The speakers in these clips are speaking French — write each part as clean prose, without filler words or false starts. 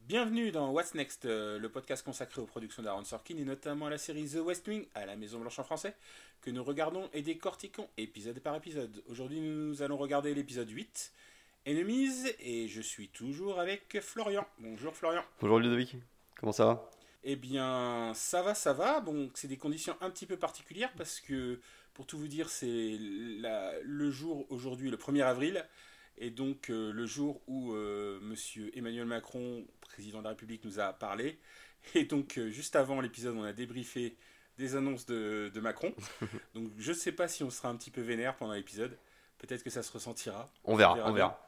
Bienvenue dans What's Next, le podcast consacré aux productions d'Aaron Sorkin et notamment à la série The West Wing, à la Maison Blanche en français, que nous regardons et décortiquons épisode par épisode. Aujourd'hui, nous allons regarder l'épisode 8, Enemies, et je suis toujours avec Florian. Bonjour Florian. Bonjour Ludovic, comment ça va? Eh bien, ça va. Bon, c'est des conditions un petit peu particulières parce que, pour tout vous dire, c'est le jour aujourd'hui, le 1er avril, et donc le jour où Monsieur Emmanuel Macron, président de la République, nous a parlé. Et donc, juste avant l'épisode, on a débriefé des annonces de Macron. Donc, je ne sais pas si on sera un petit peu vénère pendant l'épisode. Peut-être que ça se ressentira. On verra.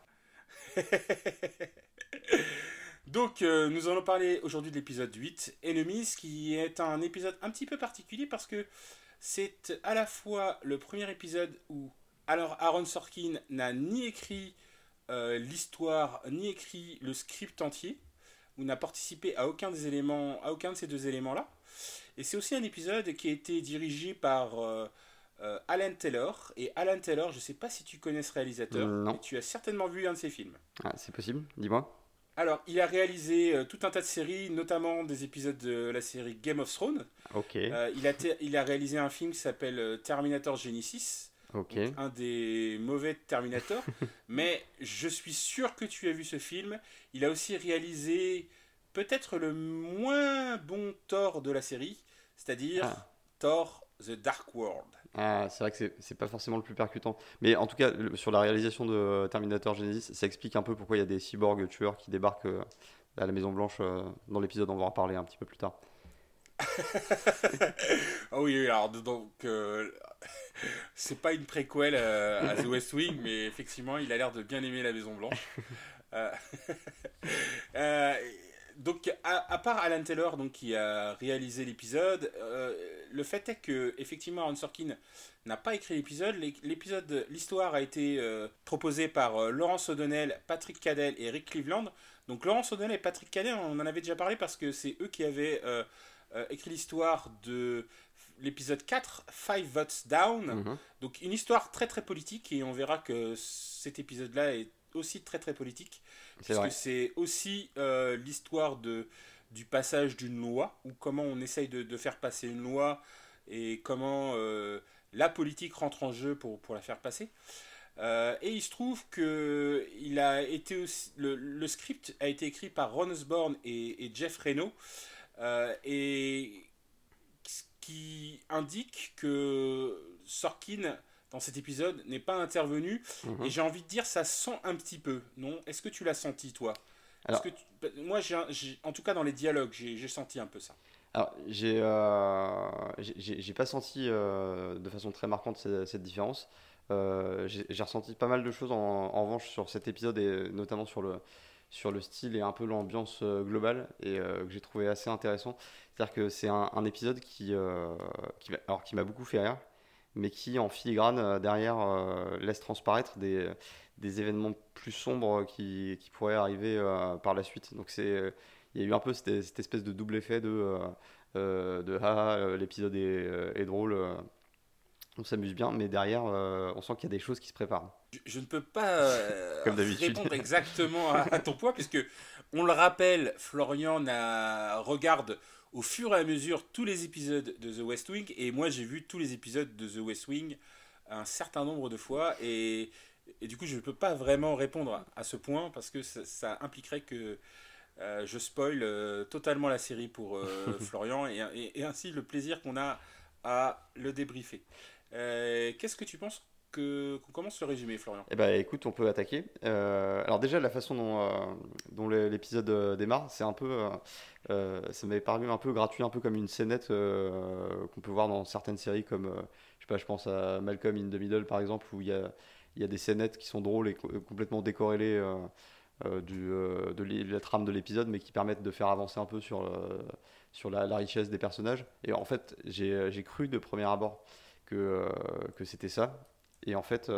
Donc, nous allons parler aujourd'hui de l'épisode 8, Enemies, qui est un épisode un petit peu particulier parce que c'est à la fois le premier épisode où alors Aaron Sorkin n'a ni écrit l'histoire, ni écrit le script entier, ou n'a participé à aucun des éléments, à aucun de ces deux éléments-là. Et c'est aussi un épisode qui a été dirigé par Alan Taylor. Et Alan Taylor, je ne sais pas si tu connais ce réalisateur, Non. mais tu as certainement vu un de ses films. Ah, c'est possible, dis-moi. Alors, il a réalisé tout un tas de séries, notamment des épisodes de la série Game of Thrones. Ok, Il a réalisé un film qui s'appelle Terminator Genisys, ok. donc un des mauvais Terminator. Mais je suis sûr que tu as vu ce film. Il a aussi réalisé peut-être le moins bon Thor de la série, c'est-à-dire Ah, Thor The Dark World. C'est vrai que c'est pas forcément le plus percutant. Mais en tout cas, sur la réalisation de Terminator Genesis, ça explique un peu pourquoi il y a des cyborgs tueurs qui débarquent à la Maison Blanche dans l'épisode, on va en parler un petit peu plus tard. Ah oui, alors donc c'est pas une préquelle à The West Wing, mais effectivement, il a l'air de bien aimer la Maison Blanche. Euh, euh, donc, à part Alan Taylor, donc, qui a réalisé l'épisode, le fait est que effectivement, Aaron Sorkin n'a pas écrit l'épisode. L'histoire a été proposée par Laurence O'Donnell, Patrick Cadell et Rick Cleveland. Donc, Laurence O'Donnell et Patrick Cadell, on en avait déjà parlé parce que c'est eux qui avaient écrit l'histoire de l'épisode 4, Five Votes Down. Mhm. Donc, une histoire très très politique, et on verra que cet épisode-là est aussi très très politique, C'est puisque vrai. c'est aussi l'histoire du passage d'une loi, ou comment on essaye de faire passer une loi, et comment la politique rentre en jeu pour la faire passer. Et il se trouve que le script a été écrit par Ron Osborne et Jeff Reno, et ce qui indique que Sorkin, dans cet épisode, n'est pas intervenu. Et Mhm. j'ai envie de dire, ça sent un petit peu, non? Est-ce que tu l'as senti, toi? Est-ce Alors, que moi, en tout cas, dans les dialogues, j'ai senti un peu ça. alors, j'ai pas senti de façon très marquante cette différence. J'ai ressenti pas mal de choses en revanche sur cet épisode et notamment sur le style et un peu l'ambiance globale et que j'ai trouvé assez intéressant. C'est-à-dire que c'est un épisode qui m'a beaucoup fait rire, mais qui en filigrane derrière laisse transparaître des événements plus sombres qui pourraient arriver par la suite. Donc il y a eu un peu cette espèce de double effet l'épisode est drôle, on s'amuse bien, mais derrière on sent qu'il y a des choses qui se préparent, Je ne peux pas comme d'habitude. répondre exactement à ton point, puisque on le rappelle, Florian regarde au fur et à mesure tous les épisodes de The West Wing, et moi j'ai vu tous les épisodes de The West Wing un certain nombre de fois, et du coup je ne peux pas vraiment répondre à ce point, parce que ça impliquerait que je spoil totalement la série pour Florian, et ainsi le plaisir qu'on a à le débriefer. Qu'est-ce que tu penses qu'on commence le résumé, Florian? Eh ben, écoute, on peut attaquer. Alors déjà, la façon dont l'épisode démarre, c'est un peu, ça m'avait paru un peu gratuit, un peu comme une scénette qu'on peut voir dans certaines séries comme, je sais pas, je pense à Malcolm in the Middle par exemple, où il y a des scénettes qui sont drôles et complètement décorrélées de la trame de l'épisode, mais qui permettent de faire avancer un peu sur la richesse des personnages. Et en fait, j'ai cru de premier abord que c'était ça. Et en fait,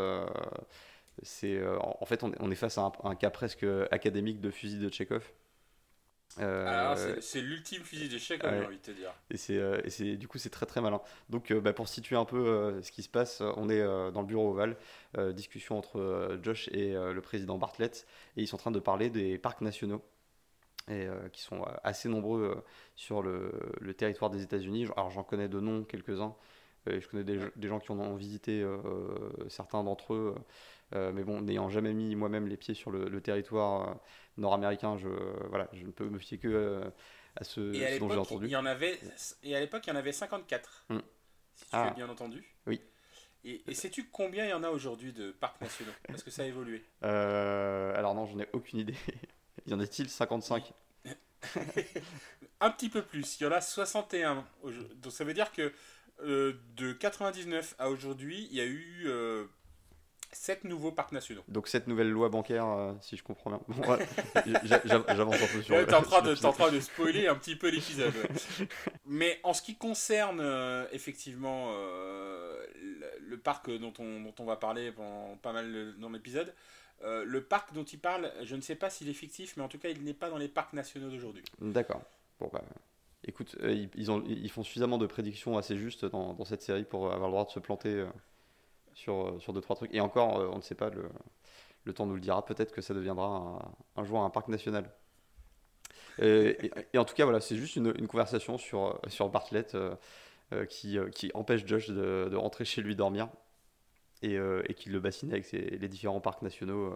on est face à un cas presque académique de fusil de Tchekhov. Alors, Euh, c'est l'ultime fusil d'échec, comme j'ai ouais, envie de te dire. du coup, c'est très très malin. Donc, pour situer un peu ce qui se passe, on est dans le bureau ovale, discussion entre Josh et le président Bartlett, et ils sont en train de parler des parcs nationaux. et qui sont assez nombreux sur le territoire des États-Unis. Alors j'en connais de nom quelques-uns, je connais des gens qui en ont visité certains d'entre eux, mais bon, n'ayant jamais mis moi-même les pieds sur le territoire nord-américain, voilà, je ne peux me fier que à Et à ce dont j'ai l'époque, entendu. il y en avait 54, Hmm. si tu as Ah, bien entendu. oui. Et sais-tu combien il y en a aujourd'hui de parcs nationaux? Parce que ça a évolué. Alors non, j'en ai aucune idée. Y en a-t-il 55? Un petit peu plus, il y en a 61. Donc ça veut dire que de 99 à aujourd'hui, il y a eu 7 nouveaux parcs nationaux. Donc cette nouvelle loi bancaire, si je comprends bien. Bon, ouais, j'avance un peu sur T'es en train sur de, t'es en l'épisode. train de spoiler un petit peu l'épisode. Ouais. Mais en ce qui concerne effectivement le parc dont on va parler pendant pas mal dans l'épisode, le parc dont il parle, je ne sais pas s'il est fictif, mais en tout cas, il n'est pas dans les parcs nationaux d'aujourd'hui. D'accord. Bon, bah, écoute, ils font suffisamment de prédictions assez justes dans cette série pour avoir le droit de se planter sur deux, trois trucs. Et encore, on ne sait pas, le temps nous le dira, peut-être que ça deviendra un jour un parc national. Et en tout cas, voilà, c'est juste une conversation sur Bartlett qui empêche Josh de rentrer chez lui dormir et qui le bassine avec les différents parcs nationaux.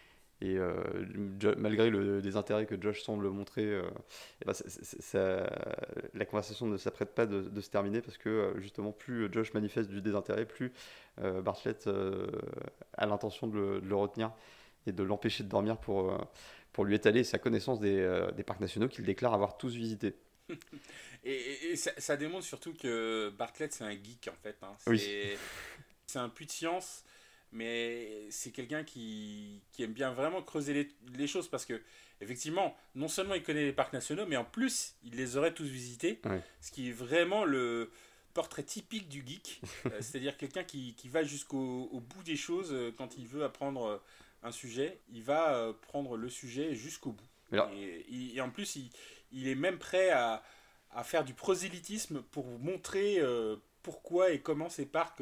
Malgré le désintérêt que Josh semble montrer, et ben la conversation ne s'apprête pas de se terminer parce que justement, plus Josh manifeste du désintérêt, plus Bartlett a l'intention de le retenir et de l'empêcher de dormir pour lui étaler sa connaissance des parcs nationaux qu'il déclare avoir tous visités. Et ça démontre surtout que Bartlett, c'est un geek en fait. Hein. Oui, C'est un puits de science, mais c'est quelqu'un qui aime bien vraiment creuser les choses parce que, effectivement, non seulement il connaît les parcs nationaux, mais en plus, il les aurait tous visités, ouais. ce qui est vraiment le portrait typique du geek, c'est-à-dire quelqu'un qui va au bout des choses quand il veut apprendre un sujet, il va prendre le sujet jusqu'au bout. Mais là, Et en plus, il est même prêt à faire du prosélytisme pour montrer pourquoi et comment ces parcs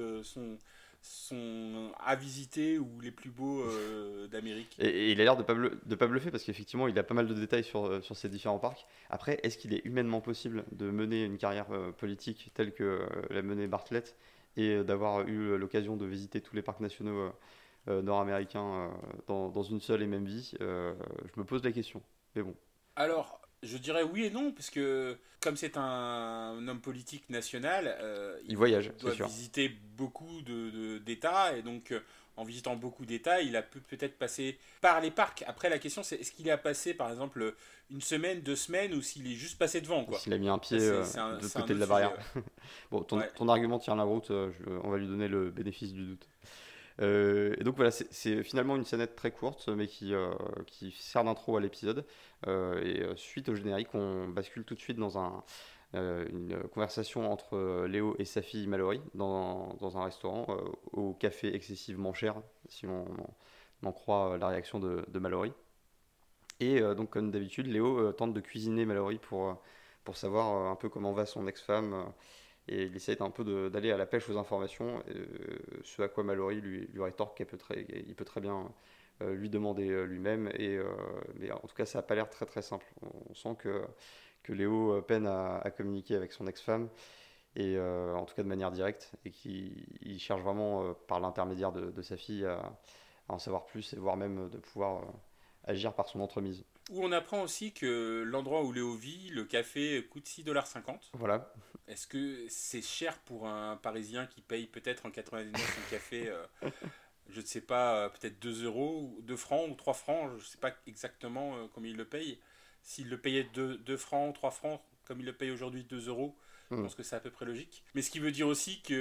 sont à visiter ou les plus beaux d'Amérique. et il a l'air de pas bluffer parce qu'effectivement, il a pas mal de détails sur ces différents parcs. Après, est-ce qu'il est humainement possible de mener une carrière politique telle que l'a menée Bartlett et d'avoir eu l'occasion de visiter tous les parcs nationaux nord-américains dans une seule et même vie? Je me pose la question. Mais bon, Alors, je dirais oui et non, parce que comme c'est un homme politique national, il voyage, il c'est doit sûr. visiter beaucoup d'États, et donc en visitant beaucoup d'États, il a peut-être passé par les parcs. Après, la question c'est est-ce qu'il a passé par exemple une semaine, 2 semaines, ou s'il est juste passé devant, quoi. S'il a mis un Ça, pied de l'autre c'est un côté de autre la sujet. barrière. Ouais. Bon, Ouais. ton argument tient la route, on va lui donner le bénéfice du doute. Et donc voilà, c'est finalement une scénette très courte, mais qui sert d'intro à l'épisode. Suite au générique, on bascule tout de suite dans une conversation entre Léo et sa fille Mallory dans un restaurant au café excessivement cher, si on en croit la réaction de Mallory. Et donc, comme d'habitude, Léo tente de cuisiner Mallory pour savoir un peu comment va son ex-femme. Et il essaie un peu d'aller à la pêche aux informations, ce à quoi Mallory lui rétorque il peut très bien lui demander lui-même. Mais en tout cas, ça n'a pas l'air très très simple. On sent que Léo peine à communiquer avec son ex-femme, et en tout cas de manière directe, et qu'il cherche vraiment par l'intermédiaire de sa fille à en savoir plus, et voire même de pouvoir agir par son entremise. Où on apprend aussi que l'endroit où Léo vit, le café coûte 6,50 $. Voilà. Est-ce que c'est cher pour un Parisien qui paye peut-être en 99 un café, je ne sais pas, peut-être 2 euros, 2 francs ou 3 francs, je ne sais pas exactement combien il le paye. S'il le payait 2 francs ou 3 francs, comme il le paye aujourd'hui 2 euros, je Hmm. pense que c'est à peu près logique. Mais ce qui veut dire aussi que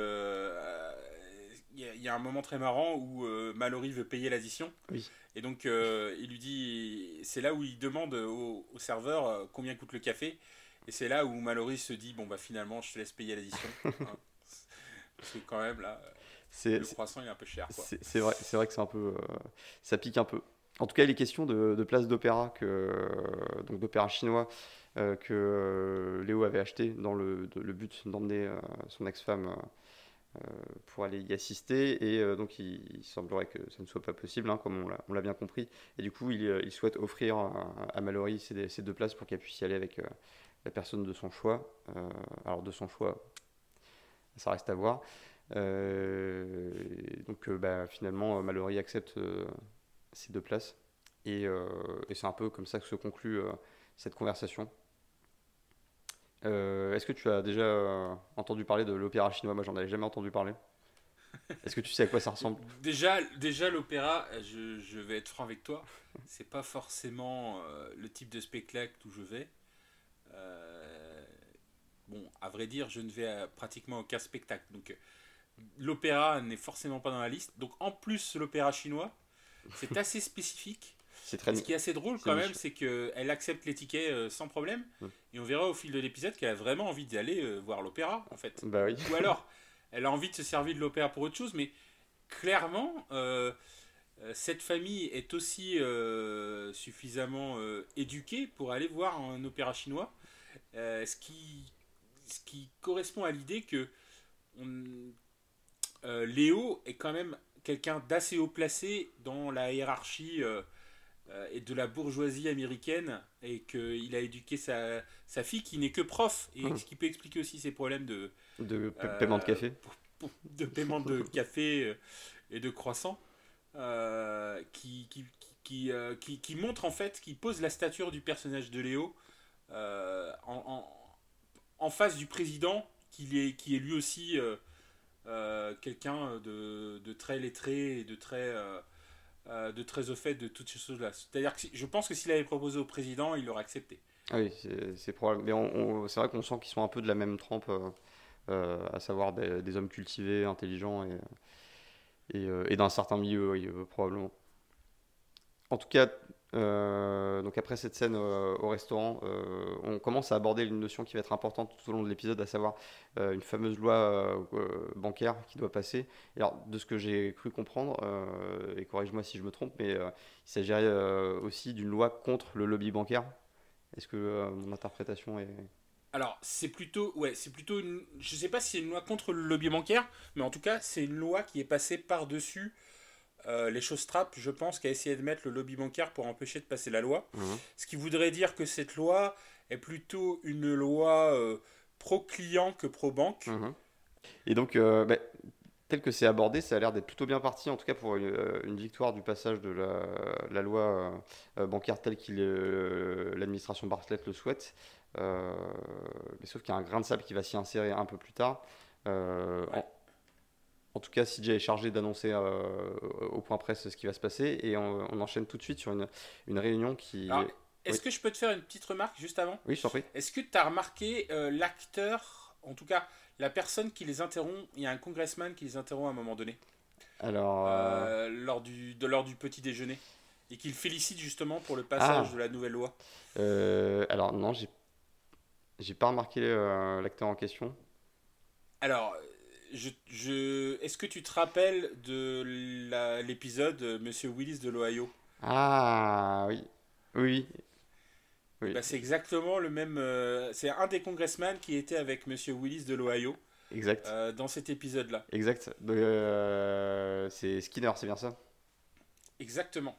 il y a un moment très marrant où Mallory veut payer l'addition. Oui. Et donc il lui dit, c'est là où il demande au serveur combien coûte le café. Et c'est là où Mallory se dit, bon bah finalement je te laisse payer l'addition. Hein. Parce que quand même là, C'est le croissant il est un peu cher, quoi. c'est vrai que c'est un peu, ça pique un peu. En tout cas, il est question de place d'opéra donc d'opéra chinois que Léo avait acheté dans le but d'emmener son ex-femme pour aller y assister. Et donc, il semblerait que ça ne soit pas possible, hein, comme on l'a bien compris. Et du coup, il souhaite offrir à Mallory ces 2 places pour qu'elle puisse y aller avec la personne de son choix. Alors, de son choix, ça reste à voir. Donc, finalement, Mallory accepte ces 2 places. Et c'est un peu comme ça que se conclut cette conversation. Est-ce que tu as déjà entendu parler de l'opéra chinois? Moi, j'en avais jamais entendu parler. Est-ce que tu sais à quoi ça ressemble? Déjà l'opéra, je vais être franc avec toi, c'est pas forcément le type de spectacle où je vais. Euh, bon, à vrai dire, je ne vais à pratiquement aucun spectacle. Donc, l'opéra n'est forcément pas dans la liste. Donc, en plus, l'opéra chinois, c'est assez spécifique. C'est très Et ce qui est assez drôle c'est quand même, niche. c'est qu'elle accepte les tickets sans problème. Mm. Et on verra au fil de l'épisode qu'elle a vraiment envie d'aller voir l'opéra, en fait. Bah oui. Ou alors, elle a envie de se servir de l'opéra pour autre chose, mais clairement, cette famille est aussi suffisamment éduquée pour aller voir un opéra chinois, ce qui correspond à l'idée que on- Léo est quand même quelqu'un d'assez haut placé dans la hiérarchie et de la bourgeoisie américaine, et qu'il a éduqué sa fille qui n'est que prof, et ce qui peut expliquer aussi ses problèmes Paiement de café. de paiement de café et de croissants, qui montre en fait, qui pose la stature du personnage de Léo euh, en, en, en face du président, qui est lui aussi quelqu'un de très lettré et de très au fait de toutes ces choses-là. C'est-à-dire que je pense que s'il avait proposé au président, il l'aurait accepté. Ah oui, c'est probable. Mais c'est vrai qu'on sent qu'ils sont un peu de la même trempe, à savoir des hommes cultivés, intelligents et d'un certain milieu, oui, probablement. En tout cas, donc après cette scène au restaurant, on commence à aborder une notion qui va être importante tout au long de l'épisode, à savoir une fameuse loi bancaire qui doit passer. Et alors, de ce que j'ai cru comprendre, et corrige-moi si je me trompe, mais il s'agirait aussi d'une loi contre le lobby bancaire. Est-ce que mon interprétation est... Alors, c'est plutôt je sais pas si c'est une loi contre le lobby bancaire, mais en tout cas, c'est une loi qui est passée par-dessus les choses trappes, je pense, qui a essayé de mettre le lobby bancaire pour empêcher de passer la loi. Mhm. Ce qui voudrait dire que cette loi est plutôt une loi pro-client que pro-banque. Mhm. Et donc, tel que c'est abordé, ça a l'air d'être plutôt bien parti, en tout cas pour une victoire du passage de la loi bancaire telle qu'il l'administration Bartlett le souhaite. Euh, mais sauf qu'il y a un grain de sable qui va s'y insérer un peu plus tard. Euh, Ouais. en tout cas, CJ est chargé d'annoncer au point presse ce qui va se passer et on enchaîne tout de suite sur une réunion qui... Alors, Oui, est-ce que je peux te faire une petite remarque juste avant? oui, je t'en prie. Est-ce que tu as remarqué l'acteur, en tout cas la personne qui les interrompt? Il y a un congressman qui les interrompt à un moment donné, Alors, lors du petit déjeuner, et qu'il félicite justement pour le ah, passage de la nouvelle loi. alors non, j'ai pas remarqué l'acteur en question. Alors, est-ce que tu te rappelles de l'épisode Monsieur Willis de l'Ohio? Ah, oui, oui, Et oui, ben, c'est exactement le même. C'est un des congressmen qui était avec Monsieur Willis de l'Ohio exact, dans cet épisode-là. exact. C'est Skinner, c'est bien ça? Exactement.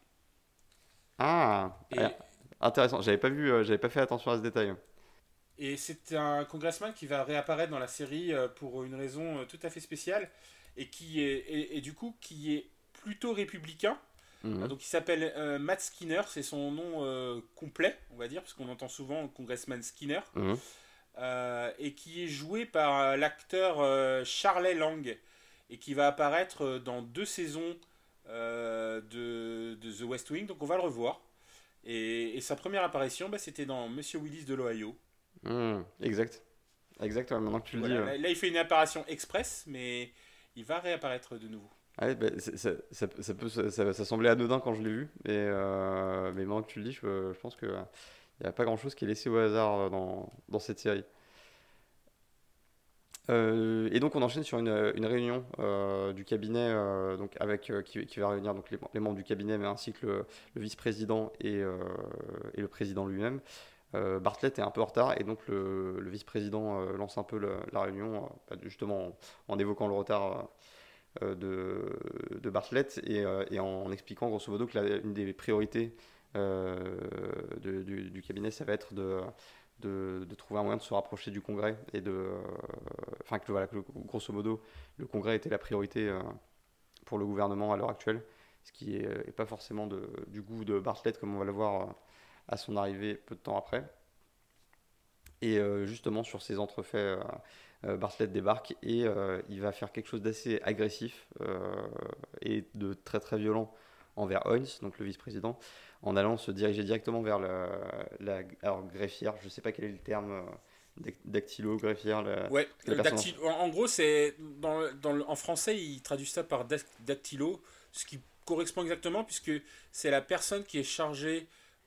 Ah, Et, intéressant. J'avais pas fait attention à ce détail. et c'est un congressman qui va réapparaître dans la série pour une raison tout à fait spéciale, et du coup qui est plutôt républicain. Mhm, Donc il s'appelle Matt Skinner, c'est son nom complet, on va dire, parce qu'on entend souvent Congressman Skinner, mhm. et qui est joué par l'acteur Charlie Lang, et qui va apparaître dans 2 saisons de The West Wing, donc on va le revoir. Et sa première apparition, bah, c'était dans Monsieur Willis de l'Ohio. Exact, exact. Ouais, maintenant que tu le dis. Voilà, là, il fait une apparition express, mais il va réapparaître de nouveau. Ouais, bah, ça semblait anodin quand je l'ai vu, mais maintenant que tu le dis, je pense que il n'y a pas grand-chose qui est laissé au hasard dans cette série. Et donc on enchaîne sur une réunion du cabinet donc qui va réunir donc les membres du cabinet mais ainsi que le vice-président et le président lui-même. Bartlett est un peu en retard et donc le vice-président lance un peu la réunion, justement en évoquant le retard de Bartlett et en expliquant grosso modo que une des priorités du cabinet, ça va être de trouver un moyen de se rapprocher du Congrès et enfin que, voilà, que grosso modo le Congrès était la priorité pour le gouvernement à l'heure actuelle, ce qui est pas forcément du goût de Bartlett comme on va le voir à son arrivée peu de temps après. Et justement sur ces entrefaits, Bartlett débarque et il va faire quelque chose d'assez agressif et de très très violent envers Hoynes, donc le vice-président, en allant se diriger directement vers alors greffière, je ne sais pas quel est le terme, dactylo, greffière, Ouais, la personne dactylo. En gros, c'est en français, ils traduisent ça par dactylo, ce qui correspond exactement puisque c'est la personne qui est chargée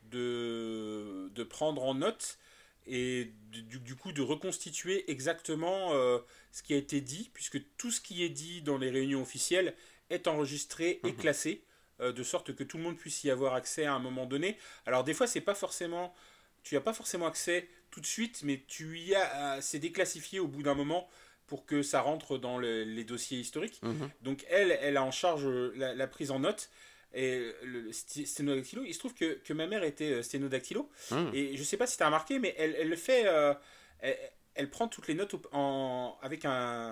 de prendre en note et du coup de reconstituer exactement ce qui a été dit, puisque tout ce qui est dit dans les réunions officielles est enregistré et Mhm. classé, de sorte que tout le monde puisse y avoir accès à un moment donné. Alors des fois, c'est pas forcément, tu n'as pas forcément accès tout de suite, mais c'est déclassifié au bout d'un moment pour que ça rentre dans les dossiers historiques. Mhm. Donc elle a en charge la prise en note. Et le sténodactylo, il se trouve que ma mère était sténodactylo. Mhm. Et je sais pas si tu as remarqué, mais elle le fait. Elle, elle prend toutes les notes avec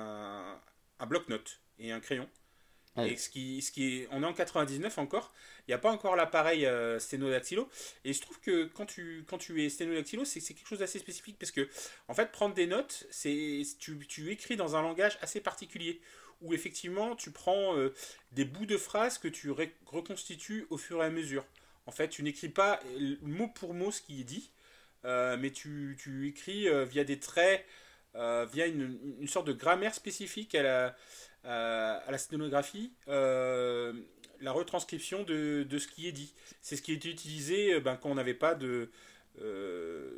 un bloc-notes et un crayon. Ouais. Et on est en 99 encore, il n'y a pas encore l'appareil sténodactylo. Et je trouve que quand tu es sténodactylo, c'est quelque chose d'assez spécifique parce que, en fait, prendre des notes, tu écris dans un langage assez particulier où effectivement tu prends des bouts de phrases que tu reconstitues au fur et à mesure. En fait, tu n'écris pas mot pour mot ce qui est dit, mais tu écris via des traits, via une sorte de grammaire spécifique à la sténographie, la retranscription de ce qui est dit. C'est ce qui était utilisé quand on n'avait pas euh,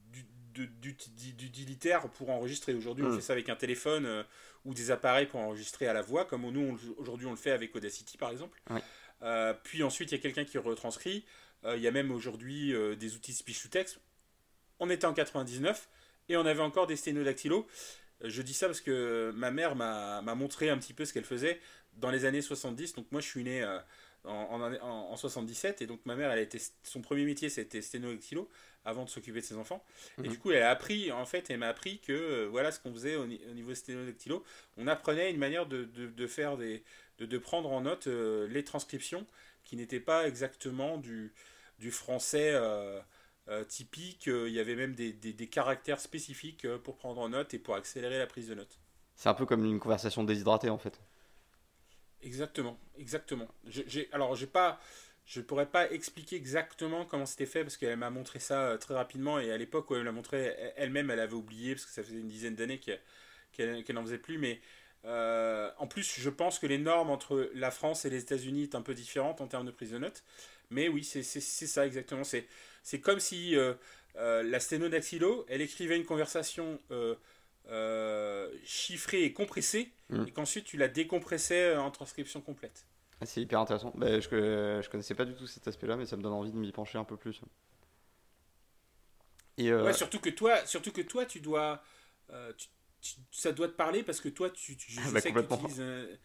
d'utilitaire pour enregistrer. Aujourd'hui, on fait Mhm. ça avec un téléphone ou des appareils pour enregistrer à la voix, comme nous, aujourd'hui, on le fait avec Audacity, par exemple. Ouais. Puis ensuite, il y a quelqu'un qui retranscrit. Il y a même aujourd'hui des outils speech to text. On était en 99 et on avait encore des sténodactylos. Je dis ça parce que ma mère m'a montré un petit peu ce qu'elle faisait dans les années 70. Donc moi je suis né en 77 et donc ma mère, son premier métier c'était sténodactylo avant de s'occuper de ses enfants. Et Mhm. du coup elle a appris, en fait, elle m'a appris que voilà ce qu'on faisait au niveau sténodactylo. On apprenait une manière de faire de prendre en note les transcriptions qui n'étaient pas exactement du français typique. Il y avait même des caractères spécifiques pour prendre en note et pour accélérer la prise de notes. C'est un peu comme une conversation déshydratée en fait. Exactement, exactement. Alors, je pourrais pas expliquer exactement comment c'était fait parce qu'elle m'a montré ça très rapidement et à l'époque où elle me l'a montré, elle-même, elle avait oublié parce que ça faisait une dizaine d'années qu'elle n'en faisait plus. Mais en plus, je pense que les normes entre la France et les États-Unis est un peu différentes en termes de prise de notes. Mais oui, c'est ça exactement. C'est comme si la sténodactylo, elle écrivait une conversation chiffrée et compressée, Mhm. et qu'ensuite tu la décompressais en transcription complète. Ah, c'est hyper intéressant. Je connaissais pas du tout cet aspect-là, mais ça me donne envie de m'y pencher un peu plus. Et Ouais, surtout que toi, tu dois, ça doit te parler parce que toi, je bah, sais que tu complètement. utilises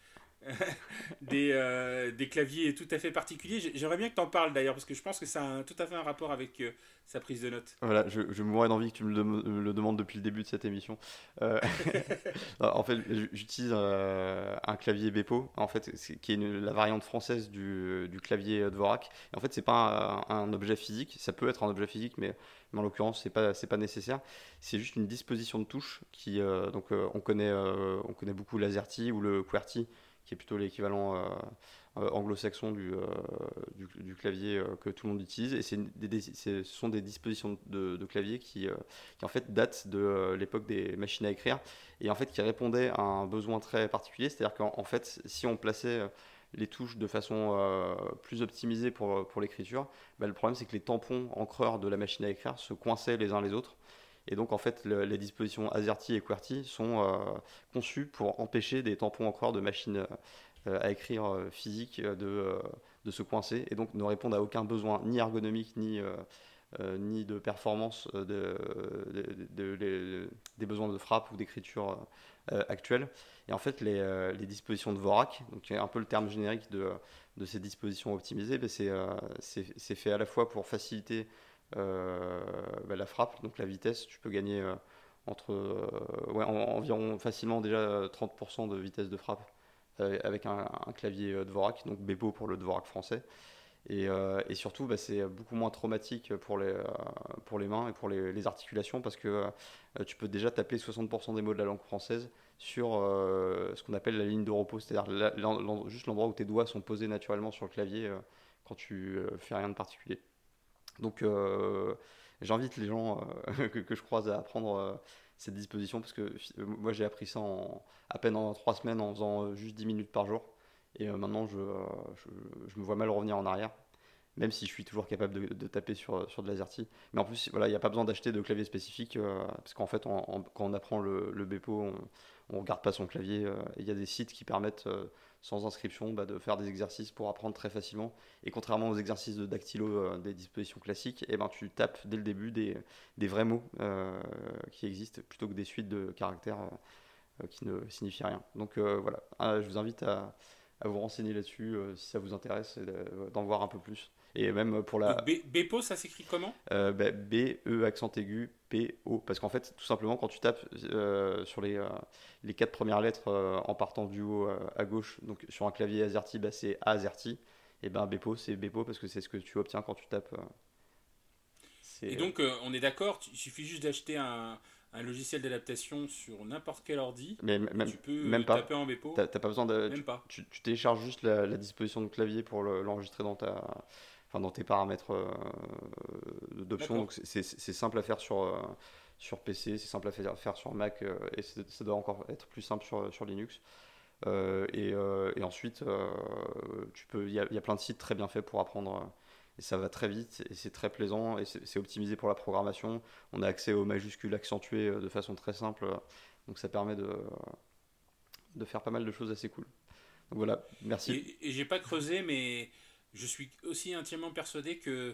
des claviers tout à fait particuliers. J'aimerais bien que tu en parles d'ailleurs parce que je pense que ça a tout à fait un rapport avec sa prise de notes. Voilà, je mourrais d'envie que tu me le demandes depuis le début de cette émission. Euh, En fait, j'utilise un clavier Bepo, en fait, qui est la variante française du clavier Dvorak. Et en fait, c'est pas un objet physique. Ça peut être un objet physique, mais en l'occurrence, c'est pas nécessaire. C'est juste une disposition de touche qui, on connaît beaucoup l'AZERTY ou le QWERTY, qui est plutôt l'équivalent anglo-saxon du clavier que tout le monde utilise. Et ce sont des dispositions de clavier qui en fait datent de l'époque des machines à écrire et en fait qui répondaient à un besoin très particulier. C'est-à-dire qu'en fait, si on plaçait les touches de façon plus optimisée pour l'écriture, bah, le problème c'est que les tampons encreurs de la machine à écrire se coinçaient les uns les autres. Et donc en fait, les dispositions AZERTY et QWERTY sont conçues pour empêcher des tampons encreurs de machines à écrire physiques de se coincer et donc ne répondent à aucun besoin ni ergonomique ni ni de performance des besoins de frappe ou d'écriture actuels. Et en fait, les dispositions de Dvorak, donc un peu le terme générique de ces dispositions optimisées, ben c'est fait à la fois pour faciliter la frappe, donc la vitesse. Tu peux gagner environ facilement déjà 30% de vitesse de frappe avec un clavier Dvorak, donc Bepo pour le Dvorak français. Et surtout, bah, c'est beaucoup moins traumatique pour les mains et pour les articulations parce que tu peux déjà taper 60% des mots de la langue française sur ce qu'on appelle la ligne de repos, c'est-à-dire juste l'endroit où tes doigts sont posés naturellement sur le clavier quand tu fais rien de particulier. Donc j'invite les gens que je croise à apprendre cette disposition parce que moi j'ai appris ça à peine en 3 semaines en faisant juste 10 minutes par jour. Et maintenant je me vois mal revenir en arrière, même si je suis toujours capable de taper sur de l'AZERTY. Mais en plus, voilà, il n'y a pas besoin d'acheter de clavier spécifique parce qu'en fait, quand on apprend le Bepo, on ne regarde pas son clavier. Il y a des sites qui permettent, sans inscription, bah, de faire des exercices pour apprendre très facilement. Et contrairement aux exercices de dactylo des dispositions classiques, eh ben, tu tapes dès le début des vrais mots qui existent plutôt que des suites de caractères qui ne signifient rien. Donc voilà, je vous invite à vous renseigner là-dessus si ça vous intéresse et d'en voir un peu plus. Et même pour Donc Bepo, ça s'écrit comment? B-E accent aigu P-O. Parce qu'en fait, tout simplement, quand tu tapes sur les 4 premières lettres en partant du haut à gauche, donc sur un clavier AZERTY, bah, c'est AZERTY. Et ben Bepo, c'est Bepo parce que c'est ce que tu obtiens quand tu tapes. Et donc, on est d'accord, il suffit juste d'acheter un logiciel d'adaptation sur n'importe quel ordi Mais et même, tu peux même pas. taper en Bepo. T'as pas besoin de. Même pas. Tu télécharges juste la disposition de clavier pour l'enregistrer dans tes paramètres d'options. D'accord. Donc c'est simple à faire sur PC, c'est simple à faire sur Mac et ça doit encore être plus simple sur Linux. Et ensuite, il y a plein de sites très bien faits pour apprendre. Et ça va très vite et c'est très plaisant et c'est optimisé pour la programmation. On a accès aux majuscules accentuées de façon très simple. Donc ça permet de faire pas mal de choses assez cool. Donc voilà, merci. Et j'ai pas creusé, mais je suis aussi intimement persuadé que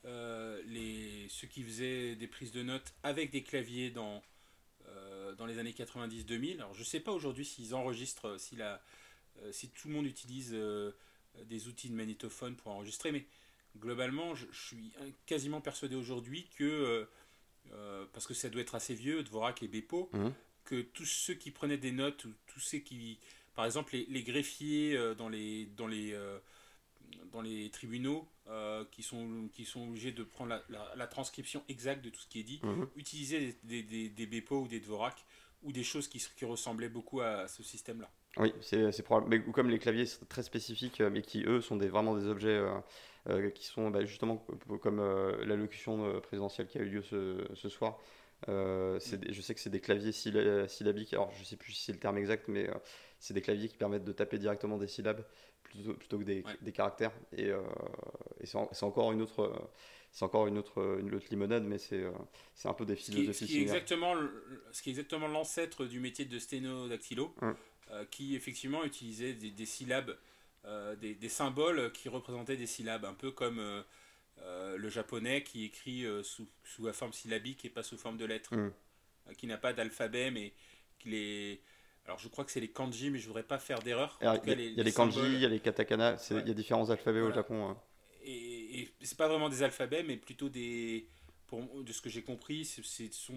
ceux qui faisaient des prises de notes avec des claviers dans les années 90-2000, alors je sais pas aujourd'hui s'ils enregistrent, si tout le monde utilise des outils de magnétophone pour enregistrer, mais globalement, je suis quasiment persuadé aujourd'hui que, parce que ça doit être assez vieux, Dvorak et Bepo, Mhm. que tous ceux qui prenaient des notes, ou tous ceux qui, par exemple, les greffiers dans les tribunaux qui sont obligés de prendre la transcription exacte de tout ce qui est dit, Mhm. utilisaient des Bepo ou des Dvorak ou des choses qui ressemblaient beaucoup à ce système-là. Oui, c'est probable. Mais comme les claviers sont très spécifiques, mais qui eux sont vraiment des objets qui sont bah, justement comme l'allocution présidentielle qui a eu lieu ce soir. Je sais que c'est des claviers syllabiques. Alors je sais plus si c'est le terme exact, mais c'est des claviers qui permettent de taper directement des syllabes plutôt que Ouais. des caractères. Et c'est encore une autre limonade, mais c'est un peu des philosophies similaires. Ce qui est exactement l'ancêtre du métier de sténodactylo, Hum, qui effectivement utilisait des syllabes, des symboles qui représentaient des syllabes, un peu comme le japonais qui écrit sous la forme syllabique et pas sous forme de lettres, hum. qui n'a pas d'alphabet, mais qui les... Alors je crois que c'est les kanji, mais je voudrais pas faire d'erreur. En Alors, tout cas, il y a les les kanji, il symboles, y a les katakana, ouais, il y a différents alphabets au voilà. Japon. Et c'est pas vraiment des alphabets, mais plutôt de ce que j'ai compris, ce sont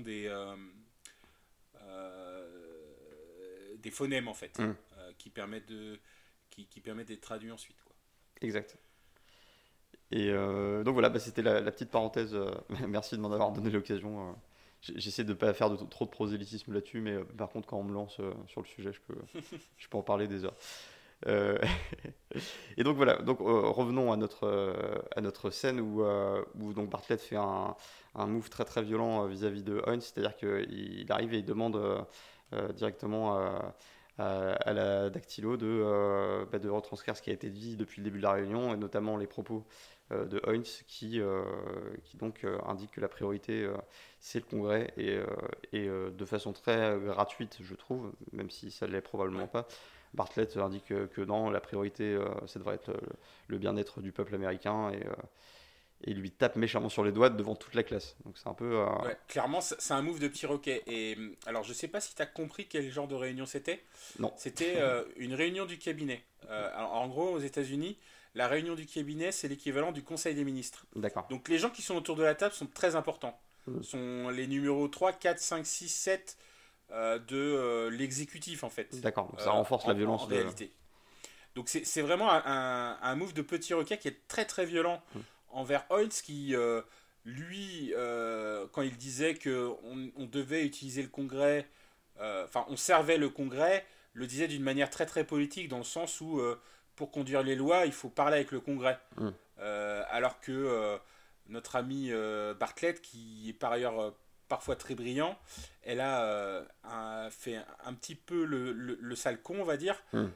des phonèmes en fait, Hum, qui permettent d'être traduits ensuite, quoi. exact. Et donc voilà, bah, c'était la petite parenthèse. Merci de m'en avoir donné l'occasion. J'essaie de ne pas faire trop de prosélytisme là-dessus, mais par contre, quand on me lance sur le sujet, je peux en parler des heures. Euh, et donc voilà, donc revenons à notre scène où donc Bartlett fait un move très très violent vis-à-vis de Heinz, c'est-à-dire qu'il arrive et il demande directement à la dactylo de retranscrire ce qui a été dit depuis le début de la réunion, et notamment les propos de Heinz qui donc indique que la priorité c'est le Congrès et de façon très gratuite, je trouve, même si ça ne l'est probablement Ouais. pas. Bartlett indique que non, la priorité, ça devrait être le bien-être du peuple américain et lui tape méchamment sur les doigts devant toute la classe. Donc c'est un peu... Ouais, clairement, c'est un move de petit roquet. Et alors, je sais pas si tu as compris quel genre de réunion c'était. Non, C'était une réunion du cabinet. Alors, en gros, aux États-Unis, la réunion du cabinet, c'est l'équivalent du conseil des ministres. d'accord. Donc, les gens qui sont autour de la table sont très importants. Mm. Sont les numéros 3, 4, 5, 6, 7 de l'exécutif, en fait. D'accord, donc ça renforce la violence En réalité. Donc, c'est vraiment un move de petit roquet qui est très très violent envers Hoynes qui, lui, quand il disait qu'on devait utiliser le Congrès, enfin, on servait le Congrès, le disait d'une manière très très politique, dans le sens où, pour conduire les lois, il faut parler avec le Congrès. Mm. Alors que notre ami Bartlett, qui est par ailleurs parfois très brillant, elle a fait un petit peu le sale con, on va dire, Mm.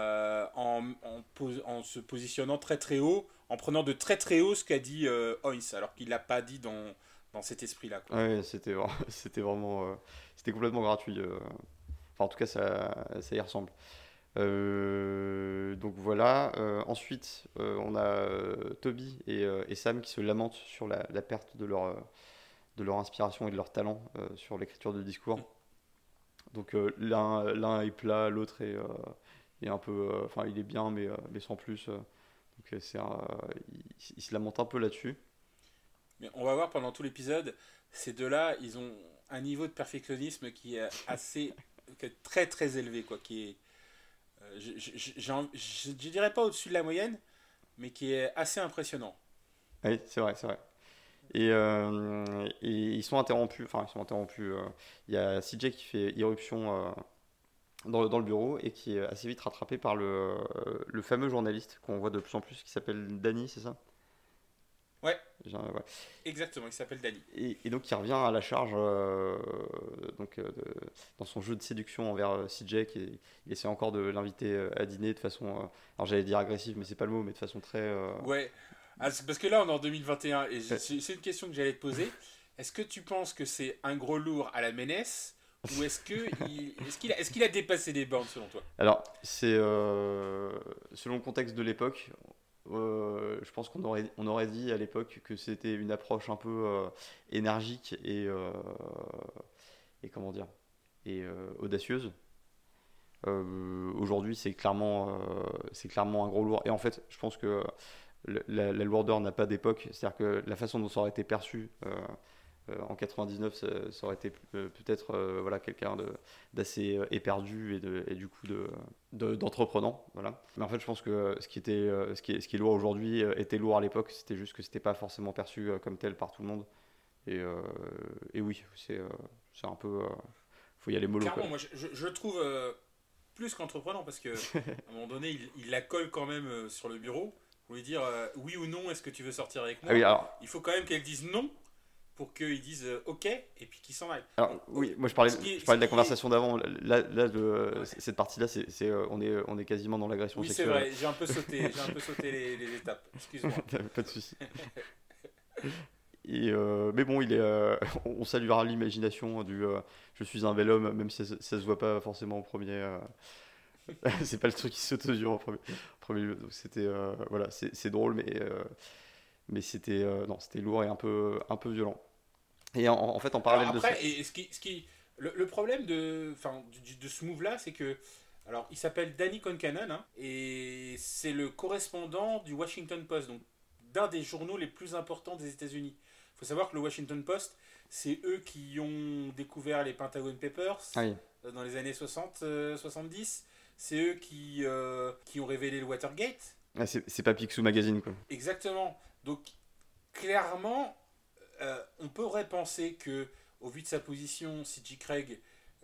en se positionnant très très haut, en prenant de très très haut ce qu'a dit Hoynes, alors qu'il l'a pas dit dans cet esprit-là, quoi. Ouais, c'était vraiment... c'était complètement gratuit. Enfin, en tout cas, ça y ressemble. Donc voilà. Ensuite, on a Toby et Sam qui se lamentent sur la perte de leur inspiration et de leur talent sur l'écriture de discours. Donc l'un est plat, l'autre est un peu... Enfin, il est bien, mais sans plus. Donc il se lamente un peu là-dessus. Mais on va voir pendant tout l'épisode, ces deux-là, ils ont un niveau de perfectionnisme qui est qui est très très élevé, quoi, qui est, je dirais pas au-dessus de la moyenne, mais qui est assez impressionnant. Oui, c'est vrai, c'est vrai. Et ils sont interrompus. Enfin, ils sont interrompus. Il y a CJ qui fait irruption dans le bureau et qui est assez vite rattrapé par le fameux journaliste qu'on voit de plus en plus qui s'appelle Danny, c'est ça? Ouais, Ouais. exactement, il s'appelle Danny. Et donc il revient à la charge dans son jeu de séduction envers CJ il essaie encore de l'inviter à dîner de façon, alors j'allais dire agressive mais c'est pas le mot, mais de façon très... Ouais, ah, c'est parce que là on est en 2021 et c'est une question que j'allais te poser. Est-ce que tu penses que c'est un gros lourd à la Ménès ou est-ce qu'il a dépassé les bornes selon toi? Alors c'est selon le contexte de l'époque. Je pense on aurait dit à l'époque que c'était une approche un peu énergique et comment dire et audacieuse. Aujourd'hui, c'est clairement un gros lourd. Et en fait, je pense que la lourdeur n'a pas d'époque. C'est-à-dire que la façon dont ça aurait été perçu en 99, ça aurait été peut-être voilà, quelqu'un d'assez éperdu et du coup d'entreprenant. Voilà. Mais en fait, je pense que ce qui est lourd aujourd'hui était lourd à l'époque. C'était juste que c'était pas forcément perçu comme tel par tout le monde. Et oui, c'est un peu... faut y aller mollo. Clairement, moi je le trouve plus qu'entreprenant parce que à un moment donné, il la colle quand même sur le bureau pour lui dire oui ou non, est-ce que tu veux sortir avec moi? Ah oui, alors, Il faut quand même qu'elle dise non pour qu'ils disent ok et puis qu'ils s'en aillent. alors, oui, moi je parlais de la conversation d'avant. Là Ouais. cette partie-là, on est quasiment dans l'agression Oui, c'est sexuelle. vrai, j'ai un peu sauté les étapes. Excuse-moi. Pas de souci. Mais bon, on saluera l'imagination du je suis un bel homme, même si ça se voit pas forcément au premier. C'est pas le truc qui saute aux yeux en premier lieu. Donc c'était voilà, c'est drôle, mais c'était non, c'était lourd et un peu violent. Et en fait, en Alors parallèle de ça, après, et le problème de ce move-là, c'est que alors il s'appelle Danny Concannon hein, et c'est le correspondant du Washington Post, donc d'un des journaux les plus importants des États-Unis. Il faut savoir que le Washington Post, c'est eux qui ont découvert les Pentagon Papers ah oui, dans les années 60-70. C'est eux qui ont révélé le Watergate. ah, c'est pas Picsou Magazine quoi. Exactement. Donc, clairement, on pourrait penser que, au vu de sa position, C.J. Craig,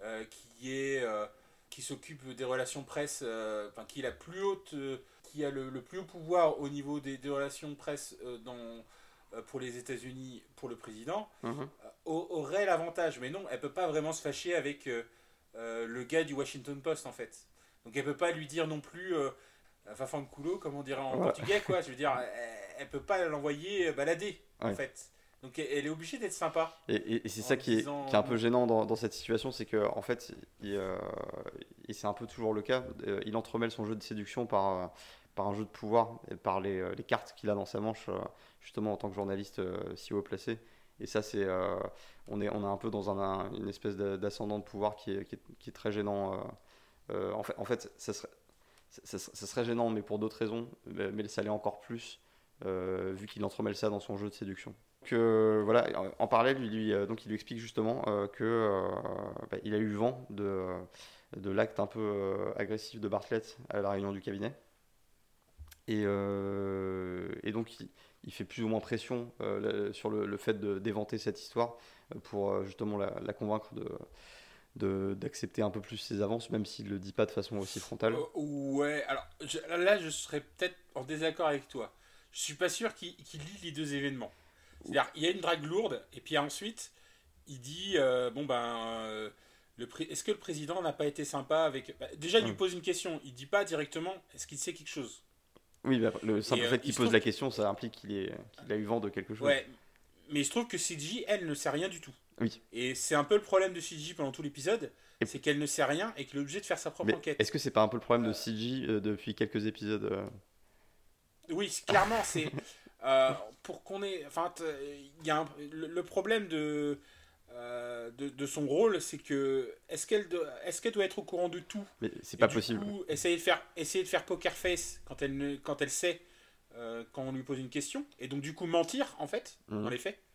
qui s'occupe des relations presse, enfin, qui est la plus haute, qui a le plus haut pouvoir au niveau des relations presse pour les États-Unis, pour le président, Mhm. aurait l'avantage. Mais non, elle peut pas vraiment se fâcher avec le gars du Washington Post, en fait. Donc, elle peut pas lui dire non plus. Fafan de coulo, comme on dirait en Ouais. portugais, quoi. Je veux dire, elle peut pas l'envoyer balader, en Ouais. fait. Donc elle est obligée d'être sympa. Et c'est En ça qui disant est un peu non. gênant dans cette situation, c'est que en fait, et c'est un peu toujours le cas, il entremêle son jeu de séduction par un jeu de pouvoir et par les cartes qu'il a dans sa manche, justement en tant que journaliste si haut placé. Et ça, on est un peu dans une espèce d'ascendant de pouvoir qui est très gênant. En fait ça serait gênant, mais pour d'autres raisons, mais ça l'est encore plus, vu qu'il entremêle ça dans son jeu de séduction. Voilà, en parallèle, donc il lui explique justement il a eu vent de l'acte un peu agressif de Bartlett à la réunion du cabinet. Et donc il fait plus ou moins pression sur le fait d'éventer cette histoire pour justement la convaincre d'accepter un peu plus ses avances, même s'il ne le dit pas de façon aussi frontale. Ouais, alors là, je serais peut-être en désaccord avec toi. Je suis pas sûr qu'il lie les deux événements. C'est-à-dire, il y a une drague lourde, et puis ensuite, il dit est-ce que le président n'a pas été sympa avec. Déjà, il lui pose une question. Il dit pas directement est-ce qu'il sait quelque chose. Oui, le simple fait qu'il pose la question, ça implique qu'il a eu vent de quelque chose. Ouais, mais il se trouve que CG, elle, ne sait rien du tout. Oui. Et c'est un peu le problème de CG pendant tout l'épisode, c'est qu'elle ne sait rien et qu'elle est obligée de faire sa propre enquête. Est-ce que c'est pas un peu le problème de CG depuis quelques épisodes Oui, clairement, c'est pour qu'on ait. Enfin, il y a le problème de son rôle, c'est que est-ce qu'elle doit être au courant de tout. Mais c'est pas possible. Du coup, essayer de faire poker face quand elle sait quand on lui pose une question, et donc du coup mentir en fait dans les faits.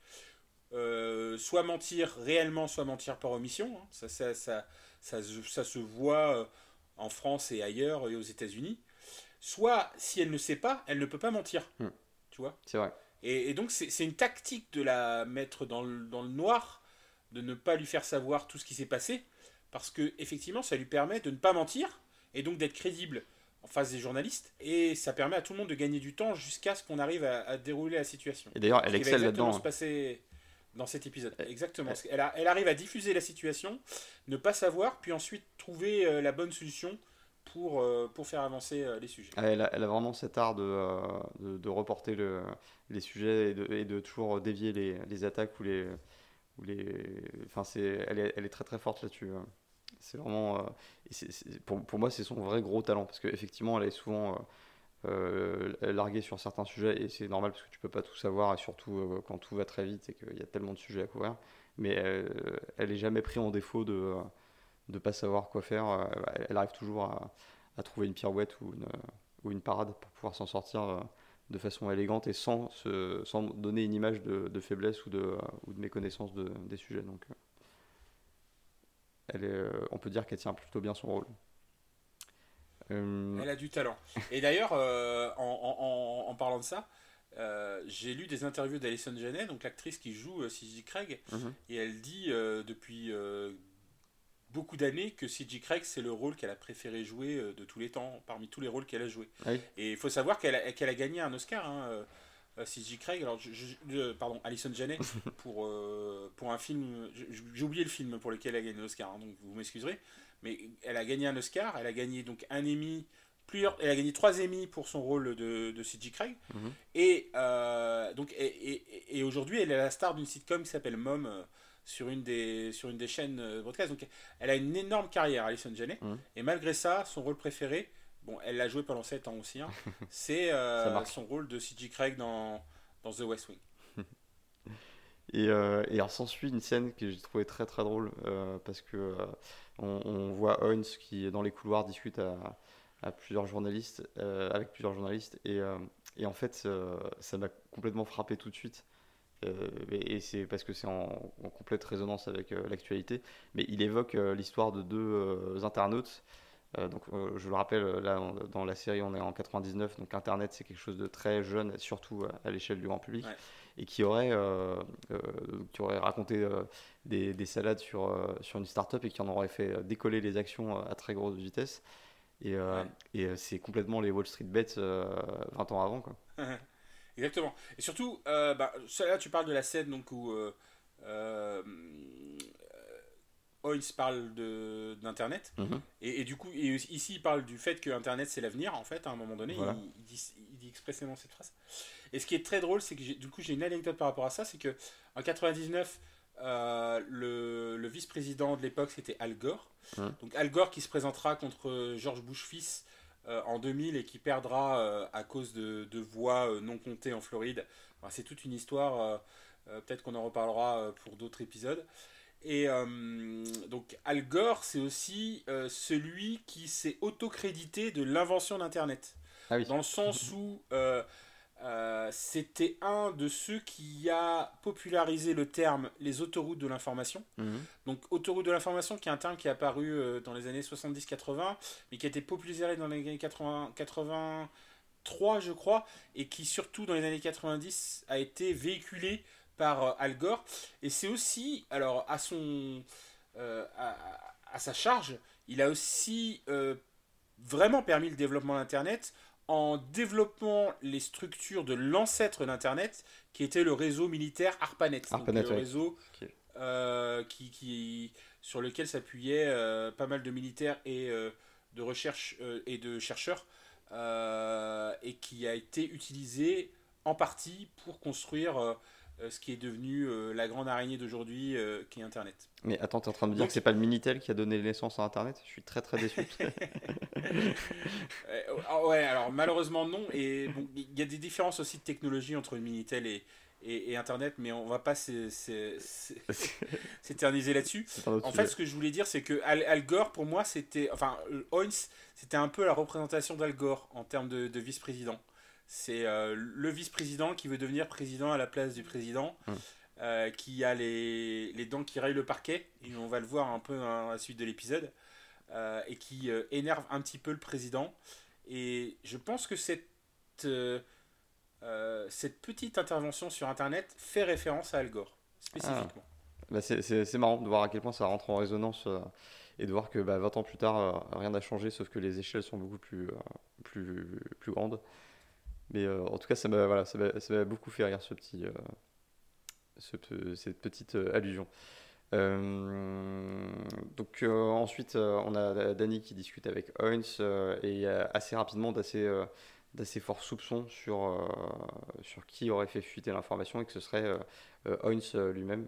Soit mentir réellement, soit mentir par omission. Hein. Ça se voit en France et ailleurs et aux États-Unis. Soit, si elle ne sait pas, elle ne peut pas mentir. Tu vois ? C'est vrai. Et donc, c'est une tactique de la mettre dans le noir, de ne pas lui faire savoir tout ce qui s'est passé, parce que effectivement, ça lui permet de ne pas mentir, et donc d'être crédible en face des journalistes, et ça permet à tout le monde de gagner du temps jusqu'à ce qu'on arrive à dérouler la situation. Et d'ailleurs, elle excelle là-dedans. Se passer dans cet épisode. Exactement. Elle arrive à diffuser la situation, ne pas savoir, puis ensuite trouver la bonne solution pour faire avancer les sujets. Elle a vraiment cet art de reporter les sujets et de toujours dévier les attaques enfin, elle est très très forte là-dessus. C'est vraiment. Pour moi, c'est son vrai gros talent, parce qu'effectivement, elle est souvent larguée sur certains sujets, et c'est normal parce que tu peux pas tout savoir, et surtout quand tout va très vite et qu'il y a tellement de sujets à couvrir. Mais elle est jamais prise en défaut de pas savoir quoi faire. Elle arrive toujours à trouver une pirouette ou une parade pour pouvoir s'en sortir de façon élégante et sans donner une image de faiblesse ou de méconnaissance des sujets. Donc, on peut dire qu'elle tient plutôt bien son rôle. Elle a du talent. Et d'ailleurs, en parlant de ça, j'ai lu des interviews d'Alison Janney, donc l'actrice qui joue C.J. Craig, et elle dit depuis beaucoup d'années que C.J. Craig, c'est le rôle qu'elle a préféré jouer de tous les temps, parmi tous les rôles qu'elle a joués. Oui. Et il faut savoir qu'elle a gagné un Oscar, C.J. Craig, pardon, Alison Janney, pour un film, j'ai oublié le film pour lequel elle a gagné l'Oscar, donc vous m'excuserez, mais elle a gagné un Oscar, elle a gagné donc un Emmy, elle a gagné 3 Emmy pour son rôle de C.J. Craig, et aujourd'hui elle est la star d'une sitcom qui s'appelle Mom, sur une des chaînes broadcast. Donc elle a une énorme carrière, Alison Janney, et malgré ça, son rôle préféré, bon, elle l'a joué pendant 7 ans aussi, hein, c'est son rôle de C.J. Craig dans The West Wing. Et alors s'ensuit une scène que j'ai trouvée très très drôle, parce que on voit Owens qui dans les couloirs discute avec plusieurs journalistes, et en fait ça m'a complètement frappé tout de suite. Et c'est parce que c'est en complète résonance avec l'actualité, mais il évoque l'histoire de deux internautes. Donc je le rappelle, là dans la série on est en 99, donc Internet c'est quelque chose de très jeune, surtout à l'échelle du grand public, et qui aurait raconté des salades sur une start-up et qui en aurait fait décoller les actions à très grosse vitesse, et c'est complètement les Wall Street Bets 20 ans avant, quoi. Exactement. Et surtout, là tu parles de la scène donc, où Owens parle d'internet, et du coup ici il parle du fait que internet c'est l'avenir en fait, à un moment donné. Voilà. Il dit expressément cette phrase, et ce qui est très drôle, c'est que j'ai une anecdote par rapport à ça, c'est que en 99 le vice-président de l'époque c'était Al Gore. Donc Al Gore qui se présentera contre George Bush fils en 2000 et qui perdra à cause de voix non comptées en Floride. Enfin, c'est toute une histoire. Peut-être qu'on en reparlera pour d'autres épisodes. Et donc Al Gore, c'est aussi celui qui s'est autocrédité de l'invention d'Internet. Ah oui. Dans le sens où c'était un de ceux qui a popularisé le terme les autoroutes de l'information. Mhm. Donc autoroute de l'information qui est un terme qui est apparu dans les années 70-80, mais qui a été popularisé dans les années 83 je crois, et qui surtout dans les années 90 a été véhiculé par Al Gore. Et c'est aussi, alors à sa charge, il a aussi vraiment permis le développement d'Internet en développant les structures de l'ancêtre d'Internet, qui était le réseau militaire ARPANET. Donc ARPANET, le ouais. réseau Ok. sur lequel s'appuyait pas mal de militaires et de recherche et de chercheurs, et qui a été utilisé en partie pour construire ce qui est devenu la grande araignée d'aujourd'hui, qui est Internet. Mais attends, t'es en train de me dire Donc, que c'est pas le Minitel qui a donné naissance à Internet? Je suis très très déçu. ouais, alors malheureusement non. Et bon, il y a des différences aussi de technologie entre le Minitel et Internet, mais on va pas s'éterniser là-dessus. C'est un autre En fait, sujet. ce que je voulais dire, c'est que Al Gore, pour moi, c'était. Enfin, Heinz, c'était un peu la représentation d'Al Gore en termes de vice-président. C'est le vice-président qui veut devenir président à la place du président, Hmm. qui a les dents qui rayent le parquet, et on va le voir un peu dans la suite de l'épisode, et qui énerve un petit peu le président. Et je pense que euh, cette petite intervention sur Internet fait référence à Al Gore, Ah. spécifiquement. Bah, c'est marrant de voir à quel point ça rentre en résonance et de voir que 20 ans plus tard, rien n'a changé, sauf que les échelles sont beaucoup plus grandes. Mais en tout cas, ça m'a beaucoup fait rire cette petite allusion. Euh, donc ensuite, on a Danny qui discute avec Heinz et assez rapidement d'assez forts soupçons sur qui aurait fait fuiter l'information et que ce serait Heinz lui-même.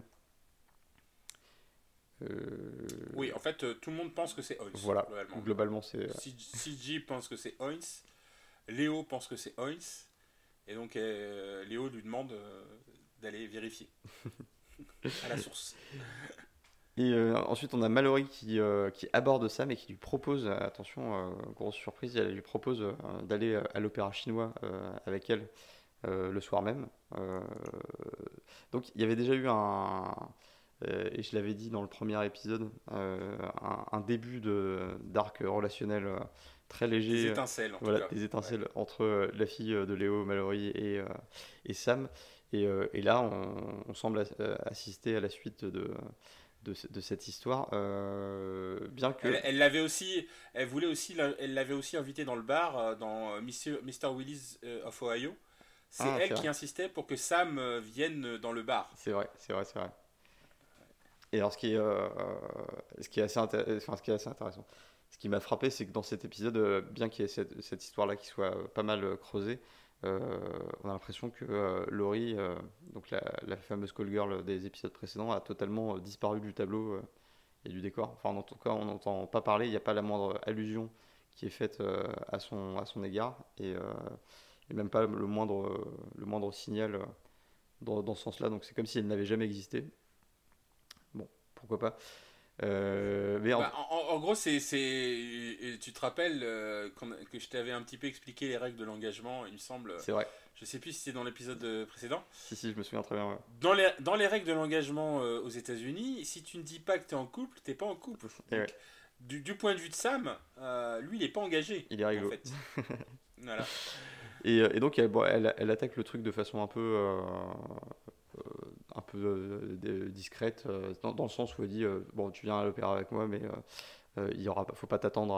Oui, en fait, tout le monde pense que c'est Heinz, Voilà, globalement. globalement c'est... CG pense que c'est Heinz, Léo pense que c'est Heinz, et donc Léo lui demande d'aller vérifier à la source. Et ensuite on a Mallory qui aborde Sam et qui lui propose, attention, grosse surprise, elle lui propose d'aller à l'opéra chinois avec elle le soir même. Euh, donc il y avait déjà eu et je l'avais dit dans le premier épisode, un début d'arc relationnel très Des léger, étincelles, en tout voilà, cas. des Ouais. étincelles entre la fille de Léo, Mallory et Sam. Et là, on semble assister à la suite de cette histoire, bien que... Elle l'avait aussi, elle voulait aussi, elle l'avait aussi invité dans le bar, dans Mr. Willis of Ohio. C'est Ah, elle c'est qui vrai, insistait pour que Sam vienne dans le bar. c'est vrai, c'est vrai, c'est vrai. Et alors, ce qui est assez intéressant, ce qui m'a frappé, c'est que dans cet épisode, bien qu'il y ait cette histoire-là qui soit pas mal creusée, euh, on a l'impression que Laurie, donc la fameuse call girl des épisodes précédents, a totalement disparu du tableau et du décor. Enfin, en tout cas, on n'entend pas parler, il n'y a pas la moindre allusion qui est faite à son égard, et même pas le moindre signal dans ce sens-là. Donc c'est comme si elle n'avait jamais existé. Bon, pourquoi pas. Mais Bah, en gros, tu te rappelles que je t'avais un petit peu expliqué les règles de l'engagement, il me semble. c'est vrai. Je sais plus si c'était dans l'épisode précédent. Si, si, je me souviens très bien. Ouais. Dans les règles de l'engagement aux États-Unis, si tu ne dis pas que tu es en couple, t'es pas en couple. Et Donc, ouais, du point de vue de Sam, lui, il est pas engagé, il est en rigolo. fait. Voilà. Et donc, elle attaque le truc de façon un peu discrète, dans le sens où elle dit bon, tu viens à l'opéra avec moi, mais faut pas t'attendre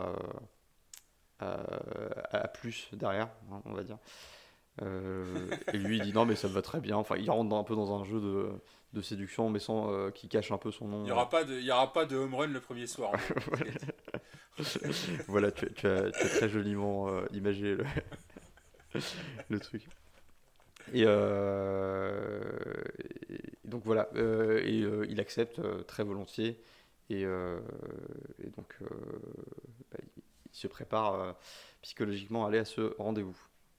à plus derrière, hein, on va dire. Et lui, il dit non, mais ça me va très bien. Enfin, il rentre un peu dans un jeu de séduction, mais sans qui cache un peu son nom. Il y aura pas de home run le premier soir, en gros. Voilà, tu as très joliment imagé le truc. Et donc voilà, il accepte très volontiers. Et donc, bah, se prépare psychologiquement à aller à ce rendez-vous.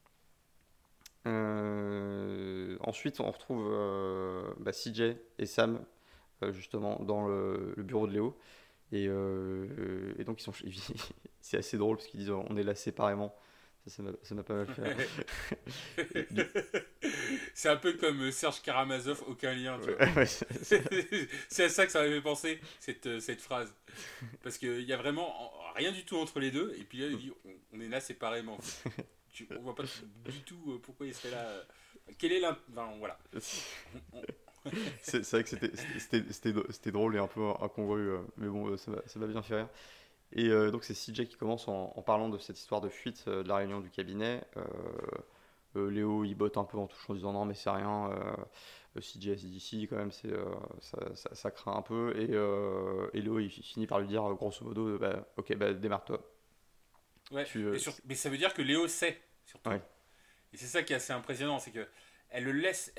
Ensuite, on retrouve CJ et Sam justement dans le bureau de Léo. Et donc, c'est assez drôle parce qu'ils disent on est là séparément. Ça m'a pas mal fait. C'est un peu comme Serge Karamazov, aucun lien, tu vois. Ouais, C'est à ça que ça m'avait fait penser, cette phrase. Parce qu'il y a vraiment rien du tout entre les deux, et puis là, il dit on est là séparément. On voit pas du tout pourquoi il serait là. Quel est enfin, voilà. c'est vrai que c'était drôle et un peu incongru, mais bon, ça m'a bien fait rire. Et donc c'est CJ qui commence en parlant de cette histoire de fuite de la réunion du cabinet. Léo il botte un peu en touchant en disant non mais c'est rien. CJ s'est dit si quand même ça craint un peu et Léo il finit par lui dire grosso modo ok démarre-toi. Ouais, mais ça veut dire que Léo sait surtout. Ouais. Et c'est ça qui est assez impressionnant, c'est que elle le laisse,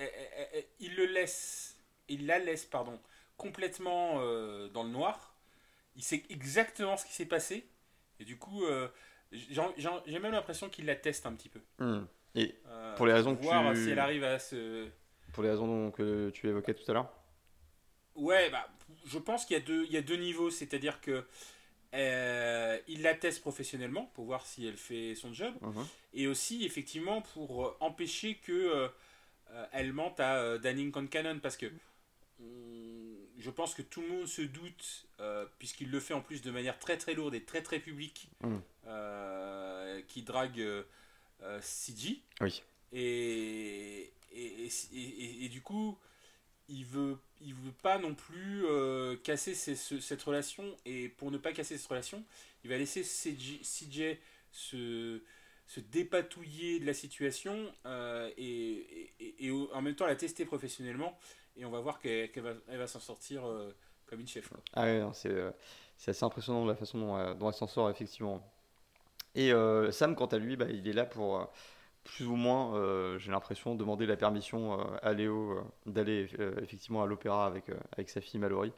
il la laisse complètement dans le noir. Il sait exactement ce qui s'est passé et du coup j'ai même l'impression qu'il la teste un petit peu. Et pour les raisons voir si elle arrive à se... Pour les raisons que tu évoquais tout à l'heure. Ouais, je pense qu'il y a deux niveaux, c'est-à-dire que il la teste professionnellement pour voir si elle fait son job, et aussi effectivement pour empêcher que elle mente à Danning Concannon, parce que je pense que tout le monde se doute, puisqu'il le fait en plus de manière très très lourde et très très publique, qui drague CJ. Oui. Et du coup, il veut pas non plus casser cette relation, et pour ne pas casser cette relation, il va laisser CJ se dépatouiller de la situation et en même temps la tester professionnellement, et on va voir qu'elle va s'en sortir comme une chef. Ah ouais, c'est assez impressionnant la façon dont elle s'en sort effectivement. Et Sam quant à lui il est là pour plus ou moins, j'ai l'impression, demander la permission à Léo d'aller effectivement à l'opéra avec sa fille Mallory.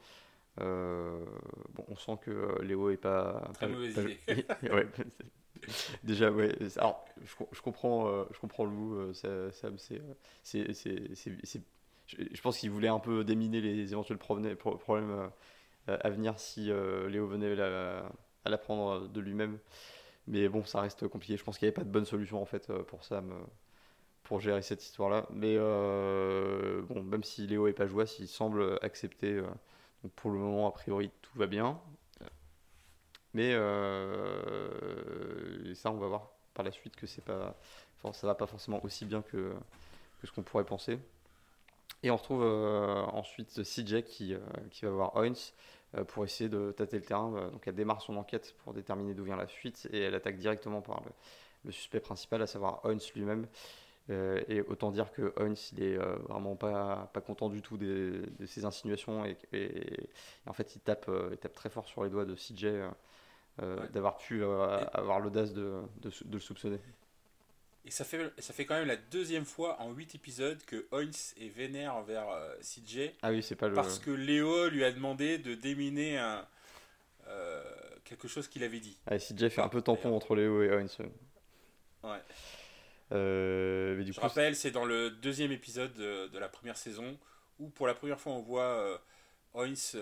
On sent que Léo est pas... Très mauvaise idée. Ouais. Déjà, ouais. Alors, je comprends le move. Sam, je pense qu'il voulait un peu déminer les éventuels problèmes à venir si Léo venait à l'apprendre de lui-même. Mais bon, ça reste compliqué. Je pense qu'il n'y avait pas de bonne solution en fait pour Sam pour gérer cette histoire-là. Mais même si Léo n'est pas jouasse, il semble accepter. Donc pour le moment, a priori, tout va bien. Mais ça, on va voir par la suite que ça va pas forcément aussi bien que ce qu'on pourrait penser. Et on retrouve ensuite CJ qui va voir Owens pour essayer de tâter le terrain. Donc elle démarre son enquête pour déterminer d'où vient la fuite et elle attaque directement par le suspect principal, à savoir Owens lui-même. Et autant dire que Owens il est vraiment pas content du tout de ses insinuations et en fait il tape très fort sur les doigts de CJ d'avoir pu avoir l'audace de le soupçonner. Et ça fait quand même la deuxième fois en 8 épisodes que Owens est vénère envers CJ. Ah oui, c'est pas parce que Léo lui a demandé de déminer quelque chose qu'il avait dit. Ah, CJ fait un peu tampon entre Léo et Owens. Ouais. Mais du Je rappelle, c'est dans le deuxième épisode de la première saison où pour la première fois on voit Owens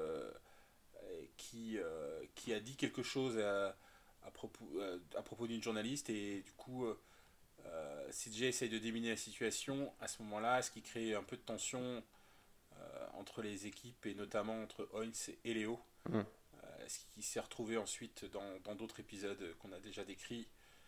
qui a dit quelque chose à propos d'une journaliste, et du coup CJ essaye de déminer la situation à ce moment-là, ce qui crée un peu de tension entre les équipes et notamment entre Owens et Léo, ce qui s'est retrouvé ensuite dans d'autres épisodes qu'on a déjà décrits,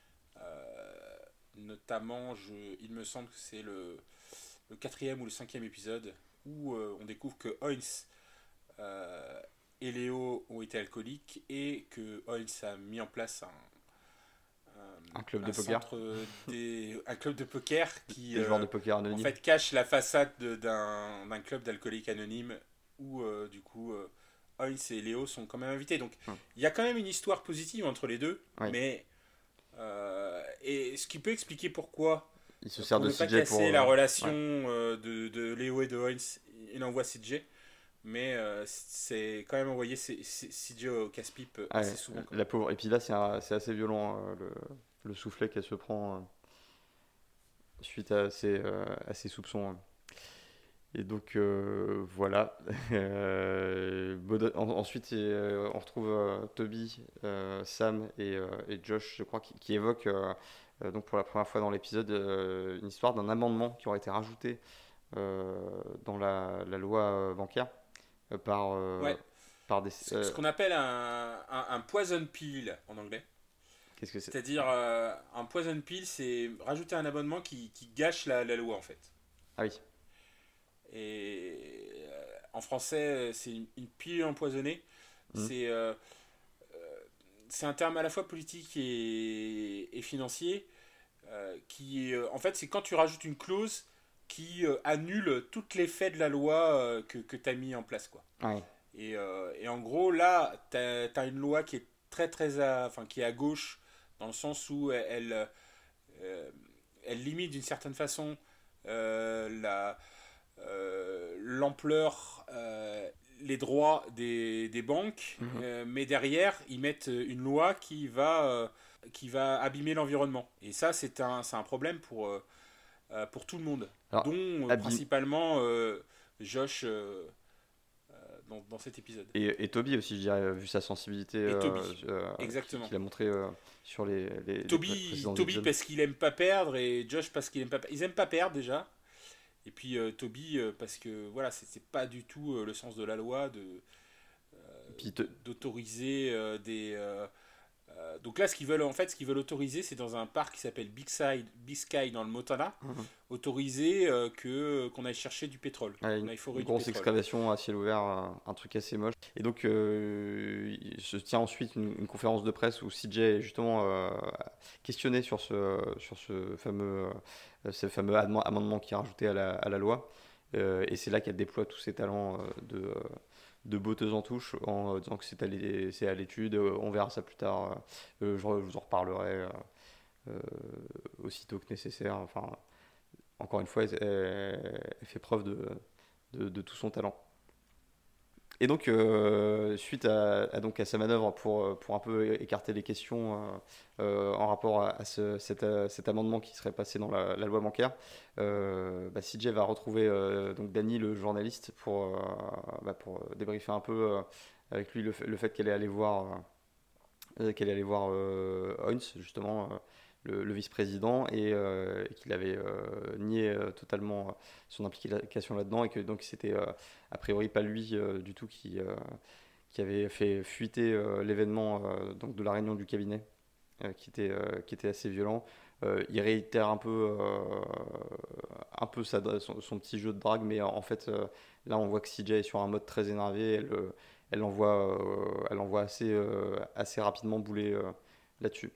notamment il me semble que c'est le 4e ou le 5e épisode où on découvre que Owens et Léo ont été alcooliques et que Owens a mis en place un club de poker. Un club de poker qui de poker en fait cache la façade d'un club d'alcooliques anonymes où du coup Owens et Léo sont quand même invités. Donc il y a quand même une histoire positive entre les deux, mais et ce qui peut expliquer pourquoi il se sert de ne pas CJ casser la relation de Léo et de Owens, il envoie CJ. mais c'est quand même envoyé CJ au casse-pipe Ah assez ouais, souvent. Quoi. la pauvre. Et puis là, c'est assez violent, le soufflet qu'elle se prend suite à ses soupçons. Et donc voilà. Ensuite, on retrouve Toby, Sam et Josh, je crois, qui évoquent donc pour la première fois dans l'épisode une histoire d'un amendement qui aurait été rajouté dans la loi bancaire euh, par, euh, Ouais, par des. ce qu'on appelle un poison pill en anglais. Qu'est-ce que c'est? C'est-à-dire, un poison pill, c'est rajouter un abonnement qui gâche la loi, en fait. Ah oui. Et en français, c'est une pilule empoisonnée. Mhm. C'est c'est un terme à la fois politique et financier. En fait, c'est quand tu rajoutes une clause qui annule toutes les faits de la loi que tu as mis en place, quoi. Ah oui. Et en gros, là, tu as une loi qui est enfin, qui est à gauche, dans le sens où euh, elle limite d'une certaine façon l'ampleur, les droits des banques, Mhm. mais derrière, ils mettent une loi qui va abîmer l'environnement. Et ça, c'est un problème pour tout le monde, Alors, dont Abim principalement Josh dans cet épisode. et Toby aussi, je dirais, vu sa sensibilité Et Toby, exactement. qu'il a montré sur les précédents Toby épisodes. parce qu'il aime pas perdre et Josh parce qu'il aime pas perdre. Ils aiment pas perdre déjà. Et puis Toby parce que voilà, c'est pas du tout le sens de la loi Puis d'autoriser donc là, ce qu'ils veulent autoriser, c'est dans un parc qui s'appelle Big Sky dans le Montana, Mhm. autoriser qu'on aille chercher du pétrole, Ouais, qu'on aille une forer du grosse pétrole. excavation à ciel ouvert, un truc assez moche. Et donc, il se tient ensuite une conférence de presse où CJ est justement questionné sur ce fameux amendement qui est rajouté à la loi. Et c'est là qu'elle déploie tous ses talents de botteuse en touche en disant que c'est à l'étude, on verra ça plus tard, je vous en reparlerai euh, aussitôt que nécessaire. Enfin, encore une fois, elle fait preuve de tout son talent. Et donc, suite donc à sa manœuvre pour un peu écarter les questions en rapport à cet amendement qui serait passé dans la loi bancaire, CJ va retrouver donc Danny, le journaliste, pour débriefer un peu avec lui le fait qu'elle est allée voir Heinz, justement, le vice-président, et qu'il avait nié totalement son implication là-dedans, et que donc c'était a priori pas lui du tout qui avait fait fuiter l'événement donc de la réunion du cabinet, qui était assez violent. Il réitère un peu son petit jeu de drague, mais en fait, là, on voit que CJ est sur un mode très énervé. Elle envoie assez rapidement bouler là-dessus.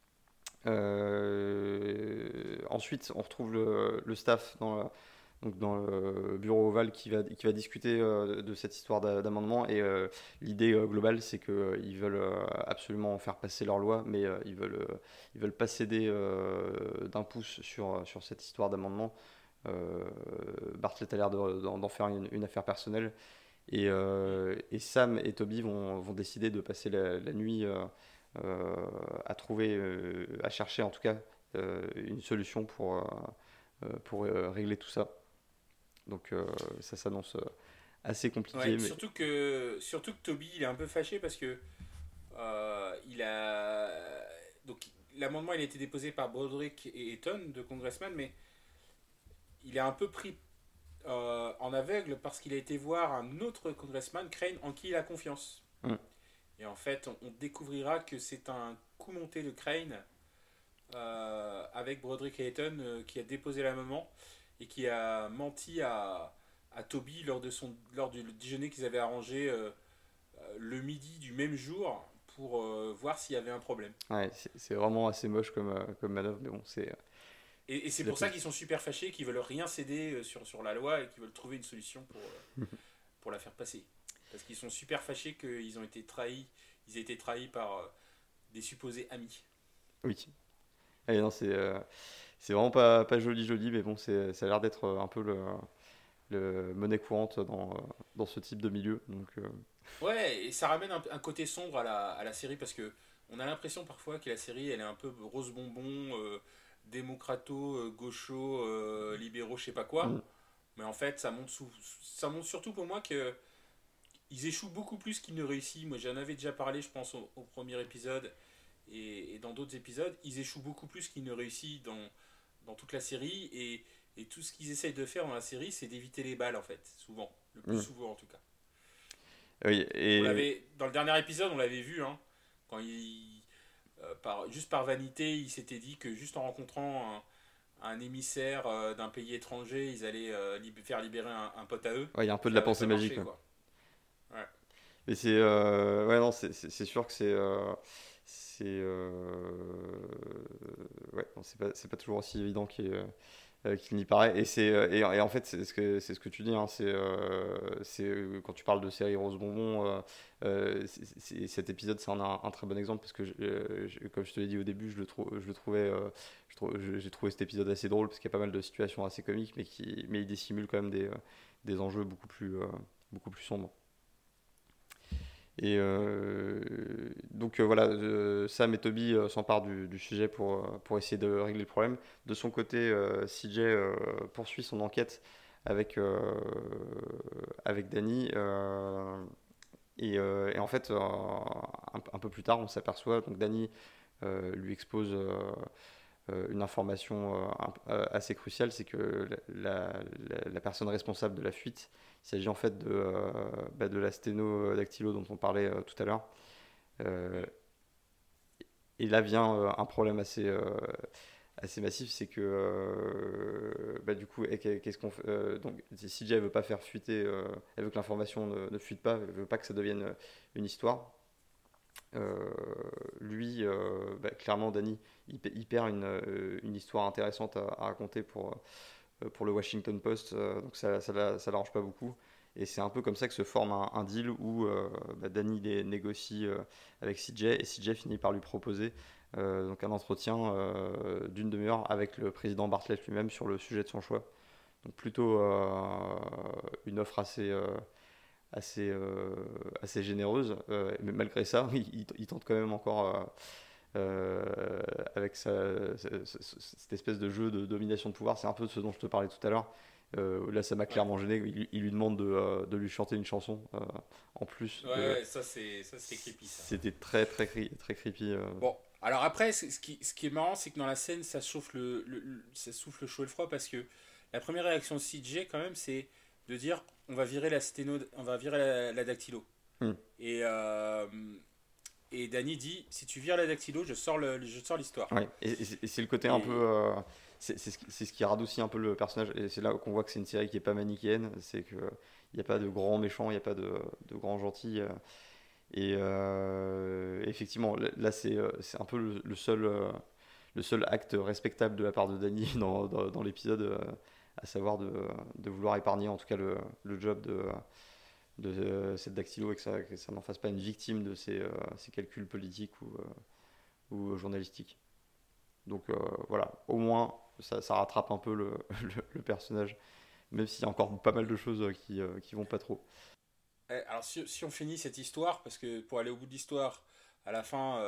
Ensuite, on retrouve le staff donc dans le bureau ovale qui va discuter de cette histoire d'amendement. Et l'idée globale, c'est qu'ils veulent absolument faire passer leur loi, mais ils veulent pas céder d'un pouce sur cette histoire d'amendement. Bartlett a l'air d'en faire une affaire personnelle. Et Sam et Toby vont décider de passer la nuit à trouver, à chercher en tout cas une solution régler tout ça. Donc ça s'annonce assez Ouais, compliqué, mais surtout que Toby, il est un peu fâché parce que il a donc l'amendement il a été déposé par Broderick et Eaton, deux congressmen, mais il est un peu pris en aveugle parce qu'il a été voir un autre congressman, Crane, en qui il a confiance. hum, Et en fait, on découvrira que c'est un coup monté de Crane avec Broderick et Eaton qui a déposé l'amendement et qui a menti à Toby lors du déjeuner qu'ils avaient arrangé le midi du même jour pour voir s'il y avait un problème. ouais, c'est vraiment assez moche comme manœuvre, mais bon, Et c'est c'est la pour ça qu'ils politique. sont super fâchés, qu'ils veulent rien céder sur la loi et qu'ils veulent trouver une solution pour la faire passer. Parce qu'ils sont super fâchés qu'ils ont été trahis, ils aient été trahis par des supposés amis. Oui. Et non, c'est vraiment pas joli, mais bon, ça a l'air d'être un peu monnaie courante dans ce type de milieu. Donc, Ouais, et ça ramène un côté sombre à la série parce que on a l'impression parfois que la série elle est un peu rose bonbon, démocrato, gaucho, libéraux, je sais pas quoi. mm, Mais en fait, ça montre surtout pour moi que ils échouent beaucoup plus qu'ils ne réussissent. Moi, j'en avais déjà parlé, je pense, au premier épisode et dans d'autres épisodes. Ils échouent beaucoup plus qu'ils ne réussissent dans toute la série. Et tout ce qu'ils essayent de faire dans la série, c'est d'éviter les balles, en fait, souvent. Le plus mm. souvent, en tout cas. Oui, On et l'avait, dans le dernier épisode, on l'avait vu, hein, quand juste par vanité, il s'était dit que juste en rencontrant un émissaire d'un pays étranger, ils allaient faire libérer un pote à eux. ouais, il y a un peu de Ça la n'avait pensée pas magique. marché, Ouais. quoi. Ouais. Mais ouais, non, c'est sûr que ouais, non, c'est pas toujours aussi évident qu'il n'y paraît. Et en fait, c'est ce que tu dis, hein, quand tu parles de série Rose Bonbon, cet épisode, c'est un très bon exemple parce que, comme je te l'ai dit au début, j'ai trouvé cet épisode assez drôle parce qu'il y a pas mal de situations assez comiques, mais il dissimule quand même des enjeux beaucoup plus sombres. Et donc voilà, Sam et Toby s'emparent du sujet pour essayer de régler le problème. De son côté, CJ poursuit son enquête avec Danny. Et en fait, un peu plus tard, on s'aperçoit, donc Danny lui expose une information assez cruciale, c'est que la personne responsable de la fuite, il s'agit en fait de la sténodactylo dont on parlait tout à l'heure. Euh, et là vient un problème assez massif, c'est que du coup, qu'est-ce qu'on fait donc, si CJ ne veut pas faire fuiter, elle veut que l'information ne fuite pas, elle veut pas que ça devienne une histoire. Euh, Lui, clairement, Danny, il perd une histoire intéressante à raconter pour le Washington Post, donc ça l'arrange pas beaucoup. Et c'est un peu comme ça que se forme un deal où Danny négocie avec CJ et CJ finit par lui proposer donc un entretien d'une demi-heure avec le président Bartlett lui-même sur le sujet de son choix. Donc plutôt une offre assez généreuse, mais malgré ça, il tente quand même encore avec cette espèce de jeu de domination de pouvoir. C'est un peu ce dont je te parlais tout à l'heure. Là, ça m'a Ouais. clairement gêné. Il lui demande de lui chanter une chanson en plus. Ouais, ouais, ça, c'est creepy, ça. C'était très, très, très creepy. Bon, alors après, ce qui est marrant, c'est que dans la scène, ça souffle le chaud et le froid parce que la première réaction de CJ, quand même, c'est de dire on va virer on va virer la dactylo. Hmm. Et, euh, et Danny dit si tu vires la dactylo, je sors l'histoire. Ouais. Et c'est le côté un peu. Et C'est ce qui radoucit un peu le personnage. Et c'est là qu'on voit que c'est une série qui est pas manichéenne. C'est qu'il n'y a pas de grands méchants, il n'y a pas de grands gentils. Effectivement, là, c'est un peu le seul acte respectable de la part de Danny dans l'épisode, à savoir de vouloir épargner en tout cas le job de cette dactylo et que ça n'en fasse pas une victime de ses calculs politiques ou journalistiques. Donc voilà, au moins ça rattrape un peu le personnage, même s'il y a encore pas mal de choses qui vont pas trop. alors si on finit cette histoire, parce que pour aller au bout de l'histoire, à la fin,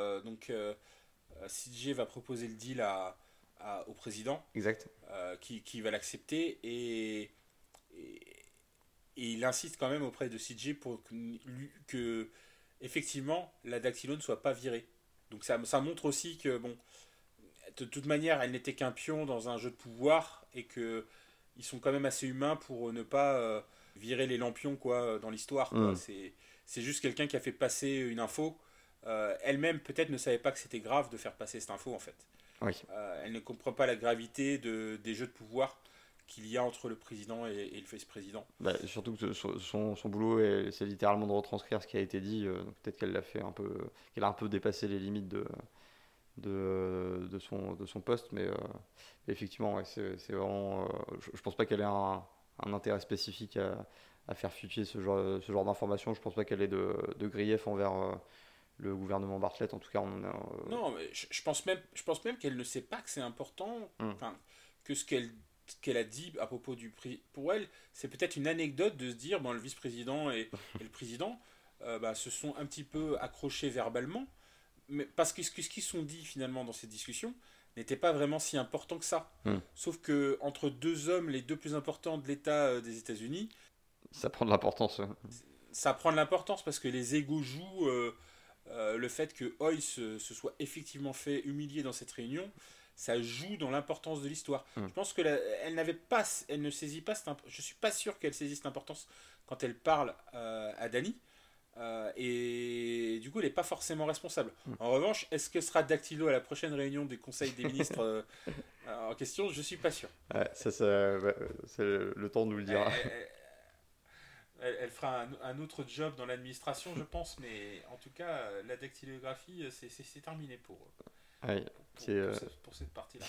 CJ va proposer le deal au président, Exact. qui va l'accepter et, et il insiste quand même auprès de CJ pour que effectivement la dactylo ne soit pas virée. Donc ça montre aussi que bon, de toute manière, elle n'était qu'un pion dans un jeu de pouvoir et que ils sont quand même assez humains pour ne pas virer les lampions quoi dans l'histoire quoi. Hmm. C'est juste quelqu'un qui a fait passer une info. Elle-même peut-être ne savait pas que c'était grave de faire passer cette info en fait. Oui. Elle ne comprend pas la gravité des jeux de pouvoir qu'il y a entre le président et le vice-président. Surtout que son boulot, c'est littéralement de retranscrire ce qui a été dit. Donc peut-être qu'elle a un peu dépassé les limites de son poste, mais effectivement, ouais, c'est vraiment. Je pense pas qu'elle ait un intérêt spécifique à faire fuiter ce genre d'informations. Je pense pas qu'elle ait de grief envers le gouvernement Bartlett. En tout cas, Non, mais je pense même qu'elle ne sait pas que c'est important. Hmm. Enfin, que ce qu'elle qu'elle a dit à propos du prix. Pour elle, c'est peut-être une anecdote de se dire, bon, le vice-président et le président se sont un petit peu accrochés verbalement, mais parce que ce qu'ils sont dit finalement dans cette discussion n'était pas vraiment si important que ça. Hmm. Sauf que entre deux hommes, les deux plus importants de l'État des États-Unis, Ça prend de l'importance. ça prend de l'importance parce que les égos jouent le fait que Hoy se soit effectivement fait humilier dans cette réunion. Ça joue dans l'importance de l'histoire. Je pense que elle ne saisit pas je suis pas sûr qu'elle saisisse l'importance quand elle parle à Danny. Et du coup, elle n'est pas forcément responsable. En revanche, est-ce que sera Dactylo à la prochaine réunion du Conseil des ministres en question? Je suis pas sûr. Ouais, ça, c'est le temps nous le dira. Elle fera un autre job dans l'administration, je pense, mais en tout cas, la dactylographie, c'est terminé Ouais, pour cette partie-là.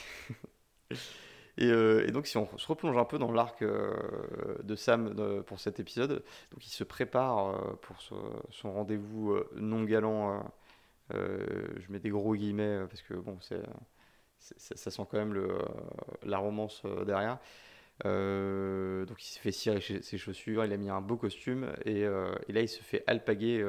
Et donc, si on se replonge un peu dans l'arc de Sam pour cet épisode, donc il se prépare pour son rendez-vous non galant. Je mets des gros guillemets parce que bon, ça sent quand même la romance derrière. Donc il s'est fait cirer ses chaussures, il a mis un beau costume et là il se fait alpaguer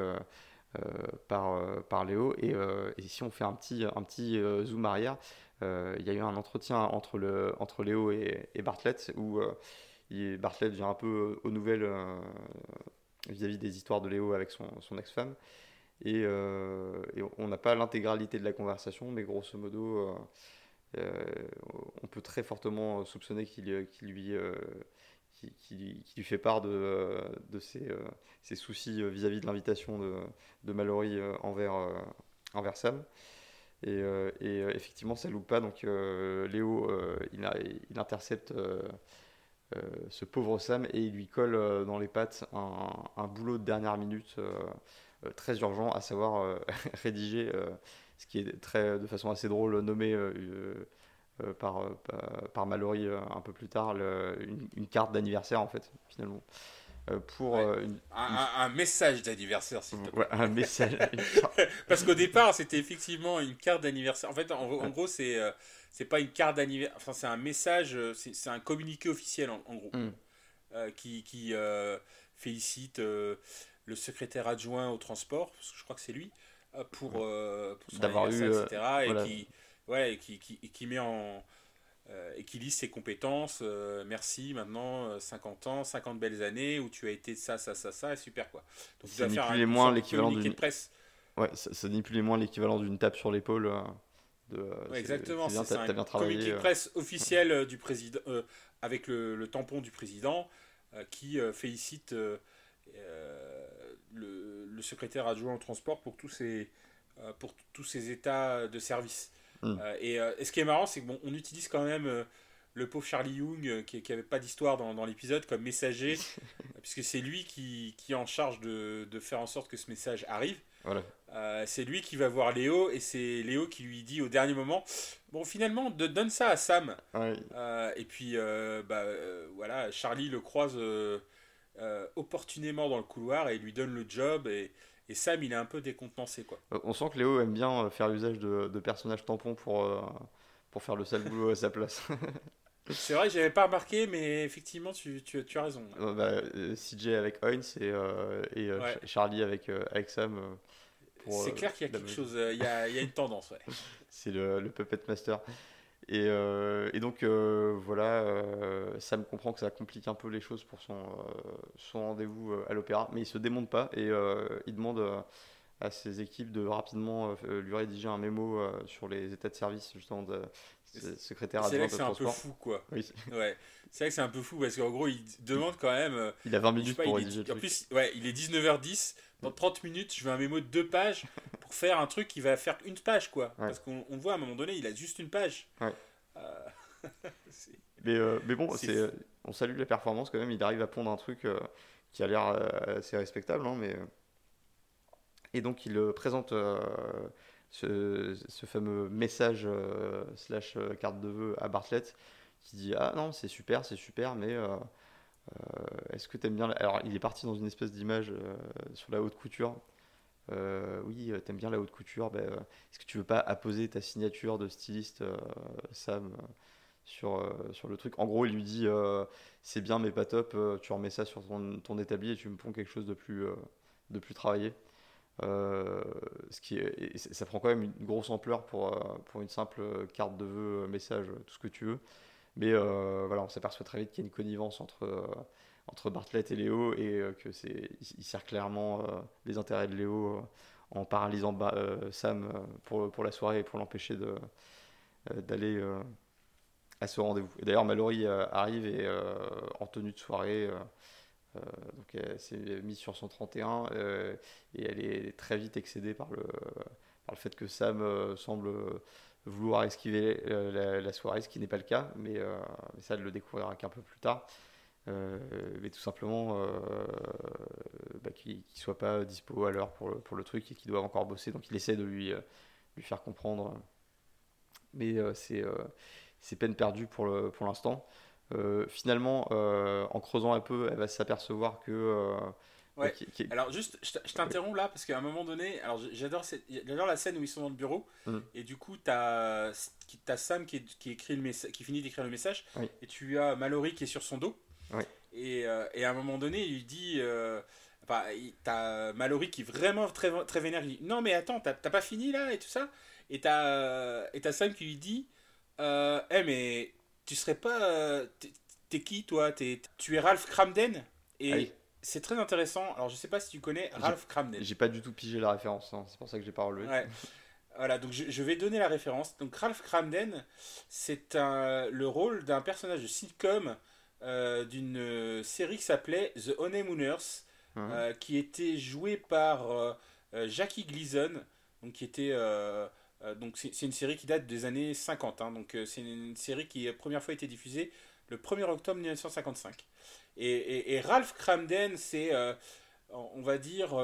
par Léo. Et si on fait un petit zoom arrière, il y a eu un entretien entre Léo et Bartlett où Bartlett vient un peu aux nouvelles vis-à-vis des histoires de Léo avec son ex-femme. Et on n'a pas l'intégralité de la conversation, mais grosso modo, on peut très fortement soupçonner qu'il lui fait part de ses soucis vis-à-vis de l'invitation de Mallory envers Sam. Et effectivement, ça loupe pas. Donc Léo, il intercepte ce pauvre Sam et il lui colle dans les pattes un boulot de dernière minute très urgent, à savoir rédiger ce qui est de façon assez drôle nommé par Mallory un peu plus tard, une carte d'anniversaire en fait, finalement. Pour un message d'anniversaire, s'il te plaît. Ouais, un message. Parce qu'au départ, c'était effectivement une carte d'anniversaire. En fait, en gros, c'est pas une carte d'anniversaire. Enfin, c'est un message, c'est un communiqué officiel, en gros, qui félicite le secrétaire adjoint au transport, parce que je crois que c'est lui, pour son d'avoir anniversaire, etc. voilà. Et qui met en. Et qui lise ses compétences. Merci, maintenant, 50 ans, 50 belles années où tu as été ça, et super quoi. Donc tu C'est dois ni faire plus un ni moins l'équivalent communiqué de presse. Ouais, c'est ni plus ni moins l'équivalent d'une tape sur l'épaule. Ouais, exactement, c'est bien, c'est t'as un bien travaillé. communiqué de presse officiel du président, avec le tampon du président qui félicite le secrétaire adjoint au transport pour tous ces états de service. Et ce qui est marrant, c'est que bon, on utilise quand même le pauvre Charlie Young qui avait pas d'histoire dans l'épisode comme messager, puisque c'est lui qui est en charge de faire en sorte que ce message arrive. Voilà. C'est lui qui va voir Léo et c'est Léo qui lui dit au dernier moment, bon finalement donne ça à Sam. Ouais. Et puis voilà, Charlie le croise opportunément dans le couloir et lui donne le job et Sam il est un peu décontenancé quoi. On sent que Léo aime bien faire usage de personnages tampons pour faire le sale boulot à sa place. C'est vrai que j'avais pas remarqué, mais effectivement tu as raison. CJ avec Heinz et Ouais. Charlie avec Sam. C'est clair qu'il y a quelque chose, il y a une tendance, ouais. C'est le Puppet Master. Et donc voilà, Sam comprend que ça complique un peu les choses pour son rendez-vous à l'opéra, mais il se démonte pas et il demande à ses équipes de rapidement lui rédiger un mémo sur les états de service justement de secrétaire C'est là adjoint que de c'est un peu transport. fou quoi. Oui. Ouais. C'est vrai que c'est un peu fou parce qu'en gros il demande quand même. Il a 20 Je sais minutes pas, pour rédiger le en truc. plus, ouais, il est 19h10. Dans 30 minutes, je veux un mémo de 2 pages pour faire un truc qui va faire une page, quoi. Ouais. Parce qu'on voit à un moment donné, il a juste une page. Ouais. C'est- Mais bon, c'est on salue la performance quand même. Il arrive à pondre un truc qui a l'air assez respectable. Hein, Et donc il présente ce fameux message slash carte de vœux à Bartlett qui dit ah non c'est super mais est-ce que t'aimes bien alors il est parti dans une espèce d'image sur la haute couture. Oui, t'aimes bien la haute couture, est-ce que tu veux pas apposer ta signature de styliste, Sam, sur le truc. En gros, il lui dit c'est bien mais pas top, tu remets ça sur ton établi et tu me ponds quelque chose de plus travaillé. Et ça prend quand même une grosse ampleur pour une simple carte de vœux, message, tout ce que tu veux. Mais voilà, on s'aperçoit très vite qu'il y a une connivence entre Bartlett et Léo et il sert clairement les intérêts de Léo en paralysant Sam pour la soirée et pour l'empêcher d'aller à ce rendez-vous. Et d'ailleurs, Mallory arrive et en tenue de soirée. Donc elle s'est mise sur son 31 et elle est très vite excédée par le fait que Sam semble vouloir esquiver la soirée, ce qui n'est pas le cas, mais ça elle le découvrira qu'un peu plus tard. Mais tout simplement qu'il ne soit pas dispo à l'heure pour le truc et qu'il doit encore bosser, donc il essaie de lui faire comprendre, mais c'est peine perdue pour l'instant. Finalement, en creusant un peu, elle va s'apercevoir que. Ouais. Alors juste, je t'interromps là parce qu'à un moment donné, alors j'adore la scène où ils sont dans le bureau Mm. et du coup t'as Sam qui écrit le message, qui finit d'écrire le message Oui, et tu as Mallory qui est sur son dos oui, et à un moment donné il lui dit, t'as Mallory qui est vraiment très très vénère, il dit non mais attends t'as pas fini là et tout ça et t'as Sam qui lui dit mais tu serais pas t'es qui toi tu es Ralph Cramden ah oui. et c'est très intéressant. Alors, je sais pas si tu connais J'ai Ralph Cramden. j'ai pas du tout pigé la référence, hein, c'est pour ça que j'ai pas relevé. Ouais. Voilà, donc je vais donner la référence. Donc, Ralph Cramden, c'est le rôle d'un personnage de sitcom d'une série qui s'appelait The Honeymooners, Hein. qui était jouée par Jackie Gleason, donc qui était. Donc, c'est une série qui date des années 50. Hein, donc, c'est une série qui, a première fois été diffusée le 1er octobre 1955. Et Ralph Cramden, c'est, on va dire,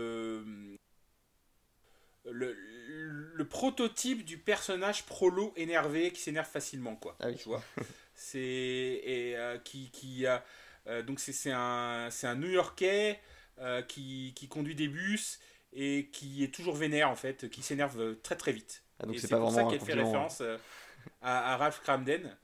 le prototype du personnage prolo énervé qui s'énerve facilement, quoi. Ah oui. Tu vois. C'est. Et qui a. Donc, c'est un New-Yorkais qui conduit des bus et qui est toujours vénère, en fait, qui s'énerve très très vite. Ah, donc Et c'est c'est pas pour ça vraiment un qu'elle fait compliment, hein. référence à Ralph Cramden.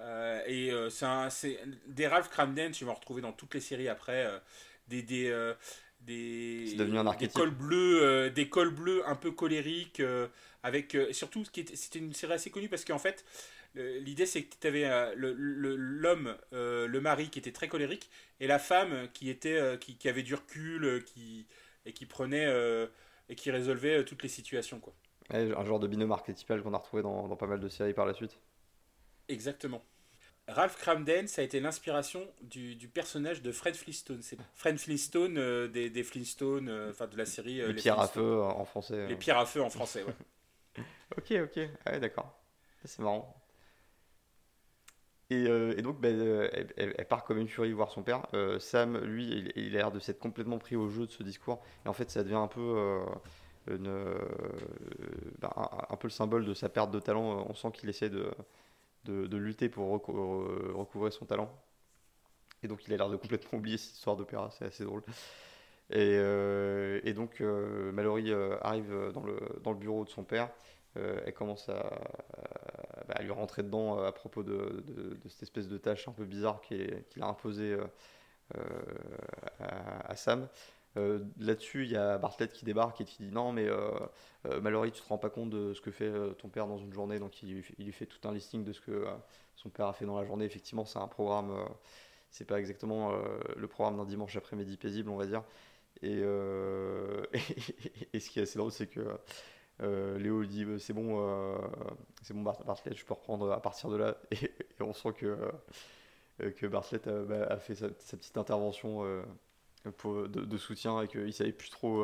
Des Ralph Cramden, tu vas en retrouver dans toutes les séries après. Des, des, euh, C'est devenu un archétype. des cols bleus un peu colériques. Surtout, c'était une série assez connue parce qu'en fait, l'idée c'est que tu avais l'homme, le mari qui était très colérique, et la femme qui avait du recul, et qui prenait et qui résolvait toutes les situations, quoi. Ouais, un genre de binôme archétypal qu'on a retrouvé dans pas mal de séries par la suite. Exactement. Ralph Cramden, ça a été l'inspiration du personnage de Fred Flintstone. C'est Fred Flintstone des Flintstones, enfin de la série Les Les pierres à feu Flintstones. en français. Les pierres à feu en français, ouais. Ok, ok, ouais, d'accord. C'est marrant. Et donc, ben, elle part comme une furie voir son père. Sam, lui, il a l'air de s'être complètement pris au jeu de ce discours. Et en fait, ça devient un peu, un peu le symbole de sa perte de talent. On sent qu'il essaie de lutter pour recouvrer son talent. Et donc, il a l'air de complètement oublier cette histoire d'opéra. C'est assez drôle. Et donc, Mallory arrive dans le bureau de son père. Elle commence à lui rentrer dedans à propos de cette espèce de tâche un peu bizarre qu'il a imposée euh, à Sam. Là-dessus, il y a Bartlett qui débarque et qui dit non, mais Mallory, tu te rends pas compte de ce que fait ton père dans une journée. Donc, il lui fait tout un listing de ce que son père a fait dans la journée. Effectivement, c'est un programme, c'est pas exactement le programme d'un dimanche après-midi paisible, on va dire. Et ce qui est assez drôle, c'est que Léo lui dit c'est bon Bartlett, je peux reprendre à partir de là. Et on sent que Bartlett a fait sa petite intervention de soutien et qu'il savait plus trop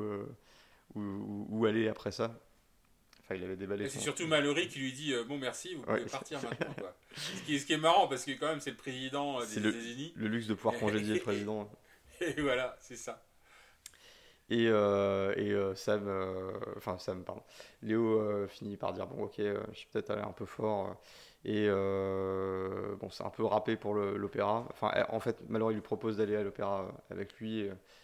où aller après ça. Enfin, il avait déballé Et c'est son. surtout Mallory qui lui dit bon merci, vous Ouais, pouvez partir maintenant, quoi. Ce qui est marrant parce que quand même c'est le président c'est des États-Unis. le luxe de pouvoir congédier le président. Et voilà, c'est ça. Sam, pardon. Léo finit par dire bon, ok, je suis peut-être allé un peu fort. Bon, c'est un peu râpé pour l'opéra. Enfin, en fait, Mallory lui propose d'aller à l'opéra avec lui.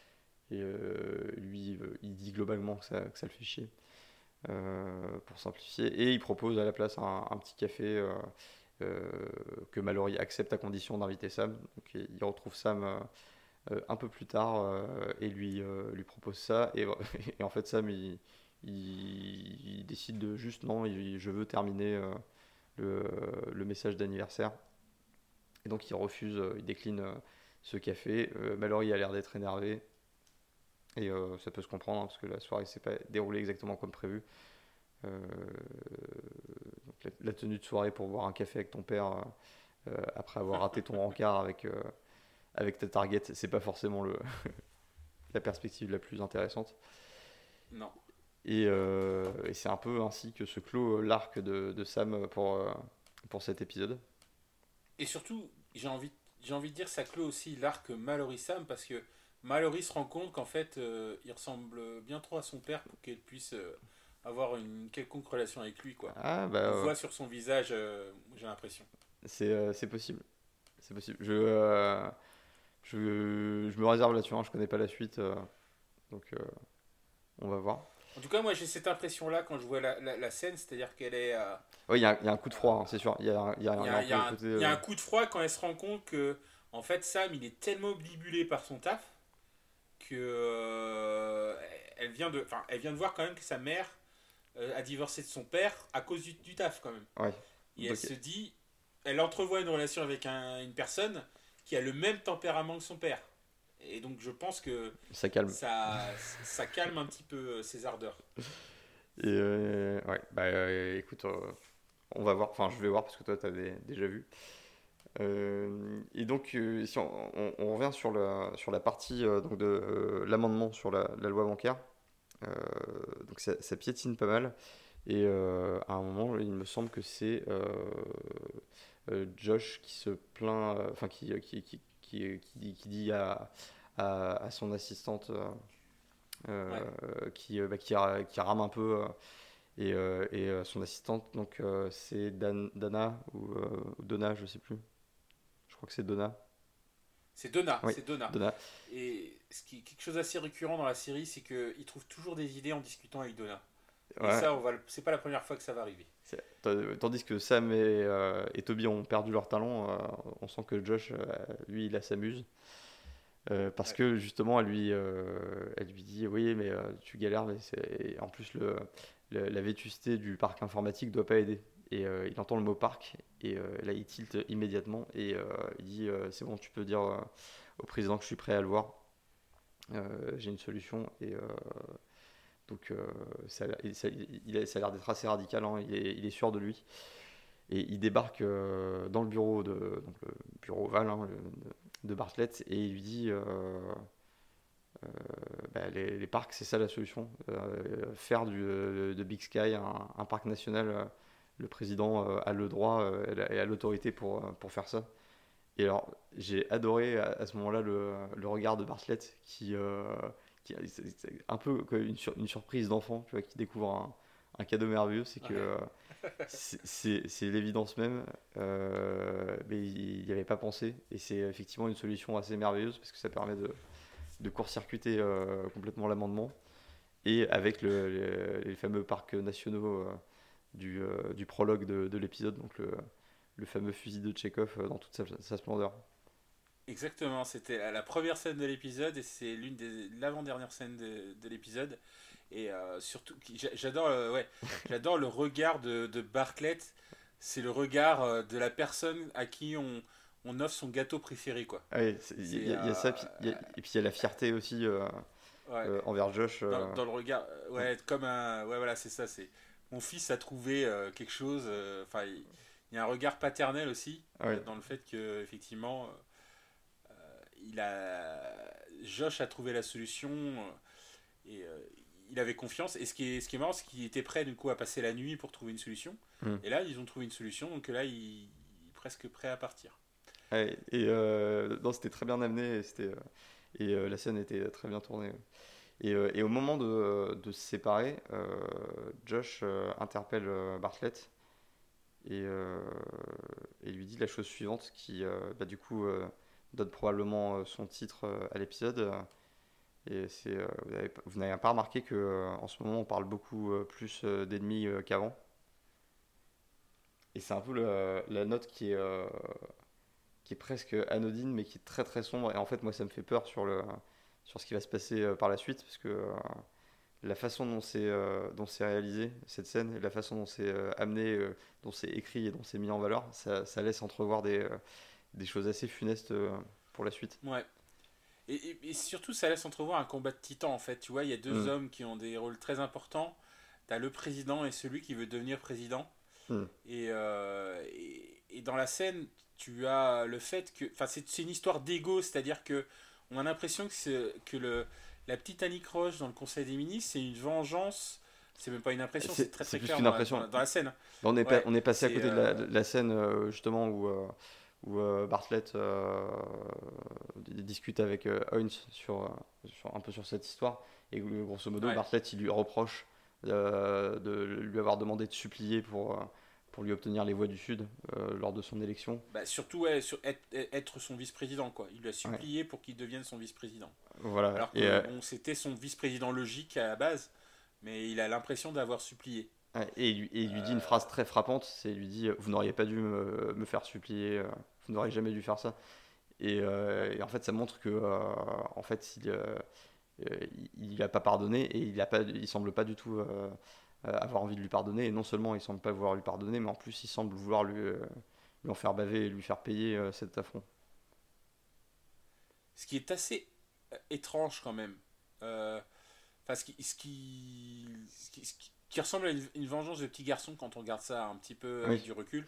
Lui, il dit globalement que ça le fait chier, pour simplifier. Et il propose à la place un petit café. que Mallory accepte à condition d'inviter Sam. Donc il retrouve Sam un peu plus tard et lui propose ça. Et en fait, Sam, il décide de juste non, je veux terminer le message d'anniversaire. Et donc il refuse, il décline ce café. Mallory a l'air d'être énervé. Et ça peut se comprendre parce que la soirée s'est pas déroulée exactement comme prévu. Donc la tenue de soirée pour boire un café avec ton père après avoir raté ton rencard avec ta target, c'est pas forcément la perspective la plus intéressante. Non. Et c'est un peu ainsi que se clôt l'arc de Sam pour cet épisode. Et surtout, j'ai envie de dire, ça clôt aussi l'arc Mallory Sam parce que Mallory se rend compte qu'en fait, il ressemble bien trop à son père pour qu'elle puisse avoir une quelconque relation avec lui, quoi. Ah On bah voit sur son visage, j'ai l'impression. c'est possible. C'est possible. Je me réserve là-dessus, hein, je connais pas la suite, donc on va voir. En tout cas, moi, j'ai cette impression-là quand je vois la scène, c'est-à-dire qu'elle est. Oui, il y a un coup de froid, hein, c'est sûr. Il y a un peu le côté. Il y a un coup de froid quand elle se rend compte que, en fait, Sam, il est tellement obnubilé par son taf que elle vient de voir quand même que sa mère a divorcé de son père à cause du taf quand même. Ouais. Et elle Donc, se dit, elle entrevoit une relation avec une personne qui a le même tempérament que son père. Et donc je pense que ça calme. ça calme un petit peu ses ardeurs. Et ouais, bah écoute, on va voir. Enfin, je vais voir parce que toi, t'avais déjà vu. Et donc, si on revient sur la partie donc de l'amendement sur la loi bancaire, euh, donc ça piétine pas mal. Et à un moment, il me semble que c'est Josh qui se plaint, enfin qui dit à son assistante Ouais. qui rame un peu et son assistante, donc c'est Dana ou Donna, je sais plus. Je crois que c'est Donna. Oui, C'est Donna. Donna. Et ce qui est quelque chose d'assez récurrent dans la série, c'est qu'il trouve toujours des idées en discutant avec Donna. Et Ouais. ça, c'est pas la première fois que ça va arriver. Tandis que Sam et Toby ont perdu leur talent, on sent que Josh, lui, il s'amuse. Parce Ouais. que justement, elle lui dit oui, mais tu galères, mais et en plus, la vétusté du parc informatique doit pas aider. Et il entend le mot parc, et là, il tilte immédiatement, et il dit c'est bon, tu peux dire au président que je suis prêt à le voir. J'ai une solution, et donc ça a l'air d'être assez radical, hein, il est sûr de lui. Et il débarque dans le bureau donc le bureau ovale, hein, de Bartlett, et il lui dit bah, les parcs, c'est ça la solution. Faire de Big Sky un parc national, le président a le droit et a l'autorité pour faire ça. Et alors, j'ai adoré à ce moment-là le regard de Bartlett c'est un peu comme une surprise d'enfant, tu vois, qui découvre un cadeau merveilleux. C'est que Ouais. c'est l'évidence même, mais il n'y avait pas pensé. Et c'est effectivement une solution assez merveilleuse parce que ça permet de court-circuiter complètement l'amendement. Et avec les fameux parcs nationaux du prologue de l'épisode, donc le fameux fusil de Tchekhov dans toute sa splendeur. Exactement, c'était la première scène de l'épisode et c'est l'avant-dernière scène de l'épisode. Et surtout, j'adore ouais, j'adore le regard de Bartlett. C'est le regard de la personne à qui on offre son gâteau préféré, quoi. Ah oui, C'est y a ça, et puis il y a la fierté aussi ouais, envers Josh. dans le regard, ouais, comme un, ouais, voilà, c'est ça. C'est mon fils a trouvé quelque chose. Enfin, il y a un regard paternel aussi Ouais, dans le fait que effectivement, il a Josh a trouvé la solution et il avait confiance. Et ce qui est marrant, c'est qu'il était prêt du coup à passer la nuit pour trouver une solution. mm. Et là, ils ont trouvé une solution, donc là, il est presque prêt à partir. Ouais, et non, c'était très bien amené et la scène était très bien tournée. Et au moment de se séparer, Josh interpelle Bartlett et et lui dit la chose suivante qui, bah, du coup, donne probablement son titre à l'épisode. Et vous n'avez pas remarqué que en ce moment on parle beaucoup plus d'ennemis qu'avant. Et c'est un peu la note qui est presque anodine, mais qui est très très sombre. Et en fait, moi, ça me fait peur sur ce qui va se passer par la suite, parce que la façon dont c'est réalisé, cette scène, et la façon dont c'est amené, dont c'est écrit et dont c'est mis en valeur, ça laisse entrevoir des choses assez funestes pour la suite. Ouais. Et surtout, ça laisse entrevoir un combat de titans, en fait. Tu vois, il y a deux Mm. hommes qui ont des rôles très importants. T'as le président et celui qui veut devenir président. Mm. Et dans la scène, tu as le fait que... Enfin, c'est une histoire d'ego, c'est-à-dire que on a l'impression la petite Annie Croche dans le Conseil des ministres, c'est une vengeance. C'est même pas une impression, c'est très C'est très plus clair qu'une impression. dans la scène. On est passé à C'est... côté de la scène justement où Bartlett discute avec Hines un peu sur cette histoire. Et où, grosso modo, Ouais. Bartlett il lui reproche de lui avoir demandé de supplier pour lui obtenir les voix du Sud lors de son élection. Bah, surtout, ouais, être son vice-président, quoi. Il lui a Ouais, supplié pour qu'il devienne son vice-président. voilà. Alors que, bon, c'était son vice-président logique à la base, mais il a l'impression d'avoir supplié. Et il lui dit une phrase très frappante, il lui dit vous n'auriez pas dû me faire supplier, vous n'auriez jamais dû faire ça. Et en fait, ça montre que en fait, il a pas pardonné et il semble pas du tout avoir envie de lui pardonner. Et non seulement il semble pas vouloir lui pardonner, mais en plus il semble vouloir lui en faire baver et lui faire payer cet affront. Ce qui est assez étrange quand même. Euh, Enfin, ce qui ressemble à une vengeance de petit garçon quand on regarde ça un petit peu avec Oui. du recul.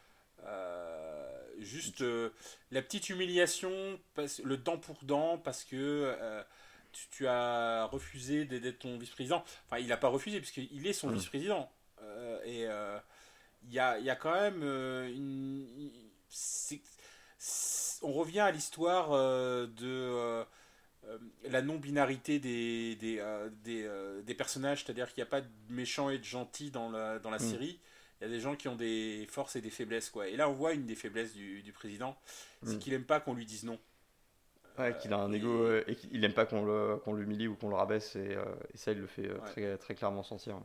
Juste la petite humiliation, le dent pour dent, parce que tu as refusé d'être ton vice-président. Enfin, il n'a pas refusé, puisqu'il est son Mm. vice-président. Il y a quand même on revient à l'histoire de la non-binarité des personnages, c'est-à-dire qu'il n'y a pas de méchant et de gentil dans la Mm. série. Il y a des gens qui ont des forces et des faiblesses, quoi. Et là, on voit une des faiblesses du président, c'est Mm. qu'il aime pas qu'on lui dise non. Ouais, qu'il a un ego Et et qu'il aime pas qu'on l'humilie ou qu'on le rabaisse et ça il le fait ouais. très très clairement sentir.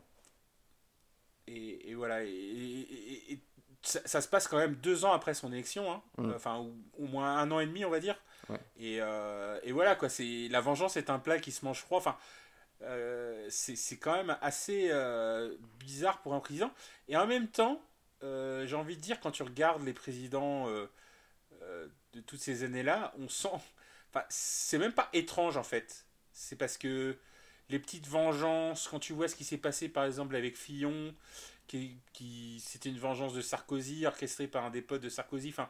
Et voilà. Et ça se passe quand même 2 ans après son élection, hein. Mm. Enfin, ou au moins 1 an et demi, on va dire. Ouais. Et voilà, quoi. La vengeance est un plat qui se mange froid. Enfin, c'est quand même assez bizarre pour un président. Et en même temps, j'ai envie de dire, quand tu regardes les présidents de toutes ces années-là, on sent. Enfin, c'est même pas étrange en fait. C'est parce que les petites vengeances, quand tu vois ce qui s'est passé par exemple avec Fillon, c'était une vengeance de Sarkozy, orchestrée par un des potes de Sarkozy. Enfin,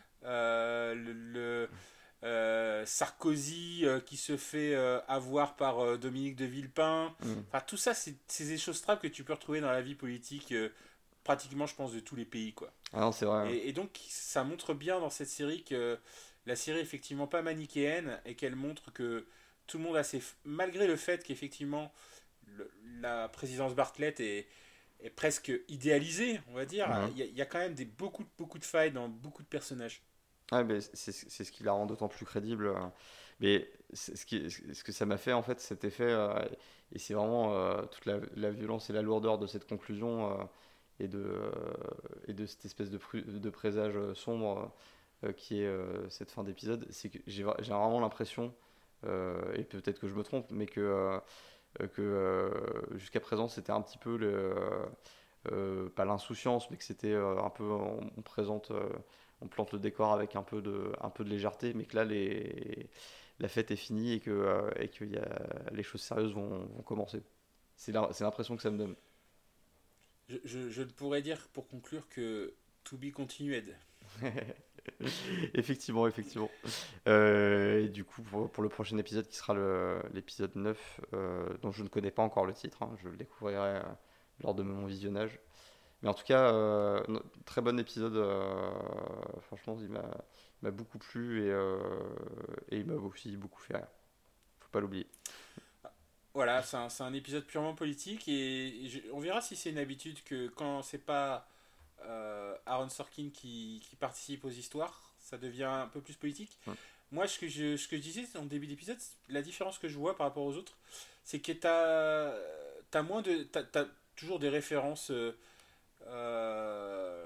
le Sarkozy qui se fait avoir par Dominique de Villepin. Mm. Enfin, tout ça, c'est des choses trappes que tu peux retrouver dans la vie politique, pratiquement, je pense, de tous les pays, quoi. Ah non, c'est vrai. Et donc, ça montre bien dans cette série que la série est effectivement pas manichéenne et qu'elle montre que tout le monde a malgré le fait qu'effectivement la présidence Bartlett est presque idéalisée, on va dire, Mhm. il y a quand même beaucoup de failles dans beaucoup de personnages. Ouais, mais c'est ce qui la rend d'autant plus crédible. Mais ce que ça m'a fait, en fait, cet effet, et c'est vraiment toute la violence et la lourdeur de cette conclusion et de cette espèce de présage sombre qui est cette fin d'épisode, c'est que j'ai vraiment l'impression, et peut-être que je me trompe, mais que jusqu'à présent, c'était un petit peu pas l'insouciance, mais que c'était un peu, on plante le décor avec un peu de légèreté, mais que là, la fête est finie et que les choses sérieuses vont commencer. C'est l'impression que ça me donne. Je ne pourrais dire pour conclure que to be continued. Effectivement, effectivement. Et du coup, pour le prochain épisode qui sera l'épisode 9, dont je ne connais pas encore le titre, hein, je le découvrirai lors de mon visionnage. Mais en tout cas, très bon épisode. Franchement, il m'a beaucoup plu et il m'a aussi beaucoup fait rire. Faut pas l'oublier. Voilà, c'est un épisode purement politique et on verra si c'est une habitude que quand c'est pas Aaron Sorkin qui participe aux histoires, ça devient un peu plus politique. Ouais. Moi, ce que je disais en début d'épisode, la différence que je vois par rapport aux autres, c'est que t'as moins de. T'as toujours des références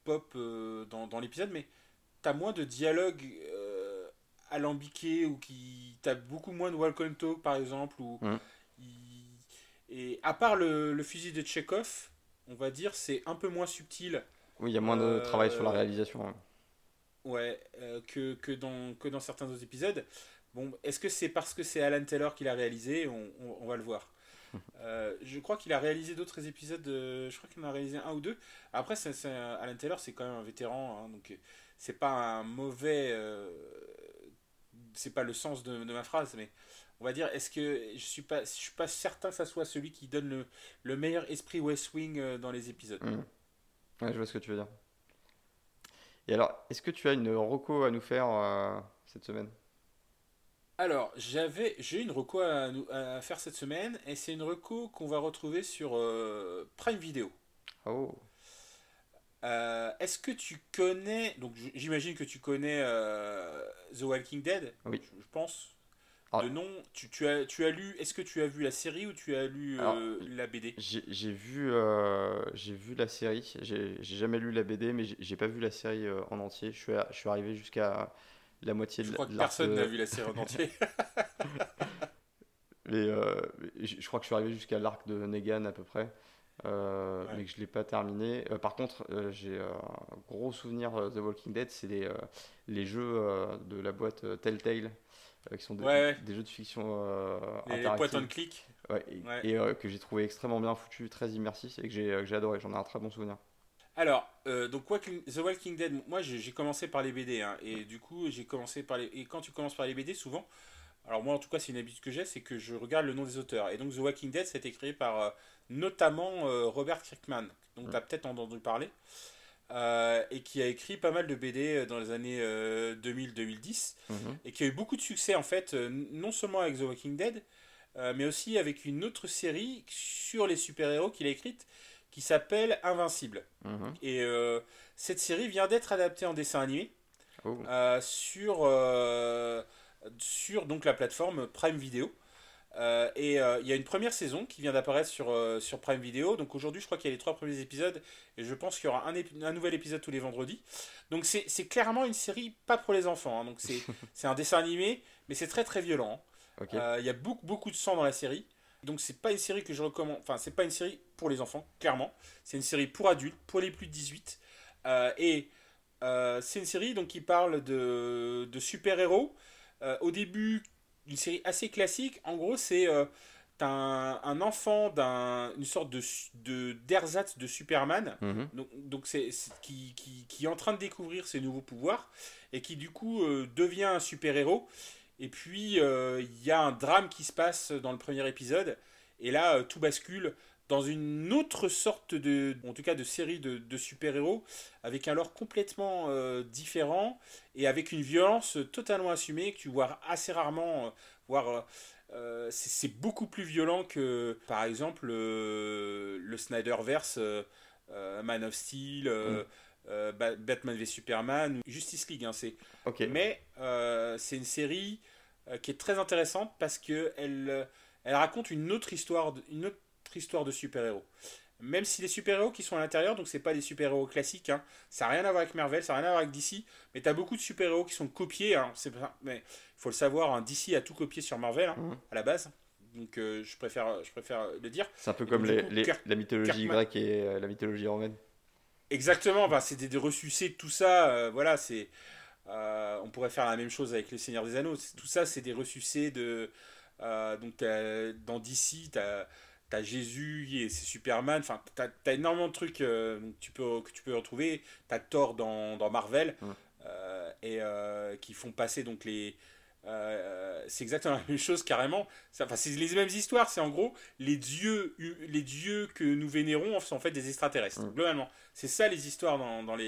pop dans l'épisode, mais t'as moins de dialogue alambiqué ou t'as beaucoup moins de walk and talk par exemple. Mhm. Et à part le fusil de Tchekhov, on va dire, c'est un peu moins subtil. Oui, il y a moins de travail sur la Euh, réalisation. Ouais. Ouais, que dans certains autres épisodes. Bon, est-ce que c'est parce que c'est Alan Taylor qui l'a réalisé? On va le voir. Je crois qu'il a réalisé d'autres épisodes. Je crois qu'il en a réalisé un ou deux. Après, Alan Taylor, c'est quand même un vétéran. Hein, donc, c'est pas un mauvais. C'est pas le sens de ma phrase, mais on va dire, est-ce que je suis pas certain que ça soit celui qui donne le meilleur esprit West Wing dans les épisodes. Mhm. Ouais, je vois ce que tu veux dire. Et alors, est-ce que tu as une reco à nous faire cette semaine? Alors, j'ai une reco à faire cette semaine, et c'est une reco qu'on va retrouver sur Prime Video. Oh, Est-ce que tu connais, donc j'imagine que tu connais The Walking Dead, oui. je pense, de Alors, nom, tu as lu, est-ce que tu as vu la série ou tu as lu alors, la BD? j'ai vu la série. J'ai jamais lu la BD, mais j'ai pas vu la série en entier. Je suis arrivé jusqu'à la moitié Je crois que de l'arc personne n'a de. vu la série en entier. Les, je crois que je suis arrivé jusqu'à l'arc de Negan à peu près, Ouais. mais que je l'ai pas terminé. Par contre, j'ai un gros souvenir The Walking Dead, c'est les jeux de la boîte Telltale, qui sont Ouais, ouais. des jeux de fiction Les point and interactive, click. ouais, Ouais. que j'ai trouvé extrêmement bien foutu, très immersif et que j'ai adoré. J'en ai un très bon souvenir. Alors, donc The Walking Dead, moi j'ai commencé par les BD, hein, et du coup j'ai commencé par les. Et quand tu commences par les BD, souvent, alors moi en tout cas c'est une habitude que j'ai, c'est que je regarde le nom des auteurs. Et donc The Walking Dead, ça a été créé par notamment Robert Kirkman, donc tu as peut-être entendu parler, et qui a écrit pas mal de BD dans les années 2000-2010, Mhm. et qui a eu beaucoup de succès en fait, non seulement avec The Walking Dead, mais aussi avec une autre série sur les super-héros qu'il a écrite, qui s'appelle Invincible. Mhm. Et cette série vient d'être adaptée en dessin animé Oh, sur donc la plateforme Prime Video. Et il y a une première saison qui vient d'apparaître sur Prime Video. Donc aujourd'hui, je crois qu'il y a les 3 premiers épisodes. Et je pense qu'il y aura un nouvel épisode tous les vendredis. Donc c'est clairement une série pas pour les enfants, hein. Donc c'est un dessin animé, mais c'est très très violent, ok. hein. Il y a beaucoup de sang dans la série. Donc c'est pas une série que je recommande. Enfin, c'est pas une série pour les enfants, clairement. C'est une série pour adultes, pour les plus de 18. Et c'est une série donc, qui parle de super-héros. Au début, une série assez classique. En gros, c'est t'as un enfant une sorte d'ersatz de Superman. Mhm. Donc qui est en train de découvrir ses nouveaux pouvoirs et qui du coup devient un super-héros. Et puis il y a un drame qui se passe dans le premier épisode. Et là, tout bascule dans une autre sorte en tout cas de série de super-héros, avec un lore complètement différent et avec une violence totalement assumée que tu vois assez rarement, voire c'est beaucoup plus violent que par exemple le Snyderverse, Man of Steel, Mhm. Batman v Superman ou Justice League, hein, Ok. mais c'est une série qui est très intéressante parce que elle raconte une autre histoire de super-héros. Même si les super-héros qui sont à l'intérieur, donc c'est pas des super-héros classiques, hein, ça n'a rien à voir avec Marvel, ça n'a rien à voir avec DC, mais tu as beaucoup de super-héros qui sont copiés, hein, mais il faut le savoir, hein, DC a tout copié sur Marvel, hein, Mhm. à la base, donc je préfère le dire. C'est un peu Et donc comme du coup, la mythologie Kirkman, grecque et la mythologie romaine. exactement, enfin, c'est des ressucés de tout ça, voilà, on pourrait faire la même chose avec les Seigneurs des Anneaux, tout ça c'est des ressucés de... donc dans DC, t'as Jésus et c'est Superman, enfin t'as énormément de trucs que tu peux retrouver. T'as Thor dans Marvel, Mhm. et qui font passer donc c'est exactement la même chose carrément. Enfin, c'est les mêmes histoires, c'est en gros les dieux que nous vénérons sont en fait des extraterrestres, Mhm. globalement. C'est ça les histoires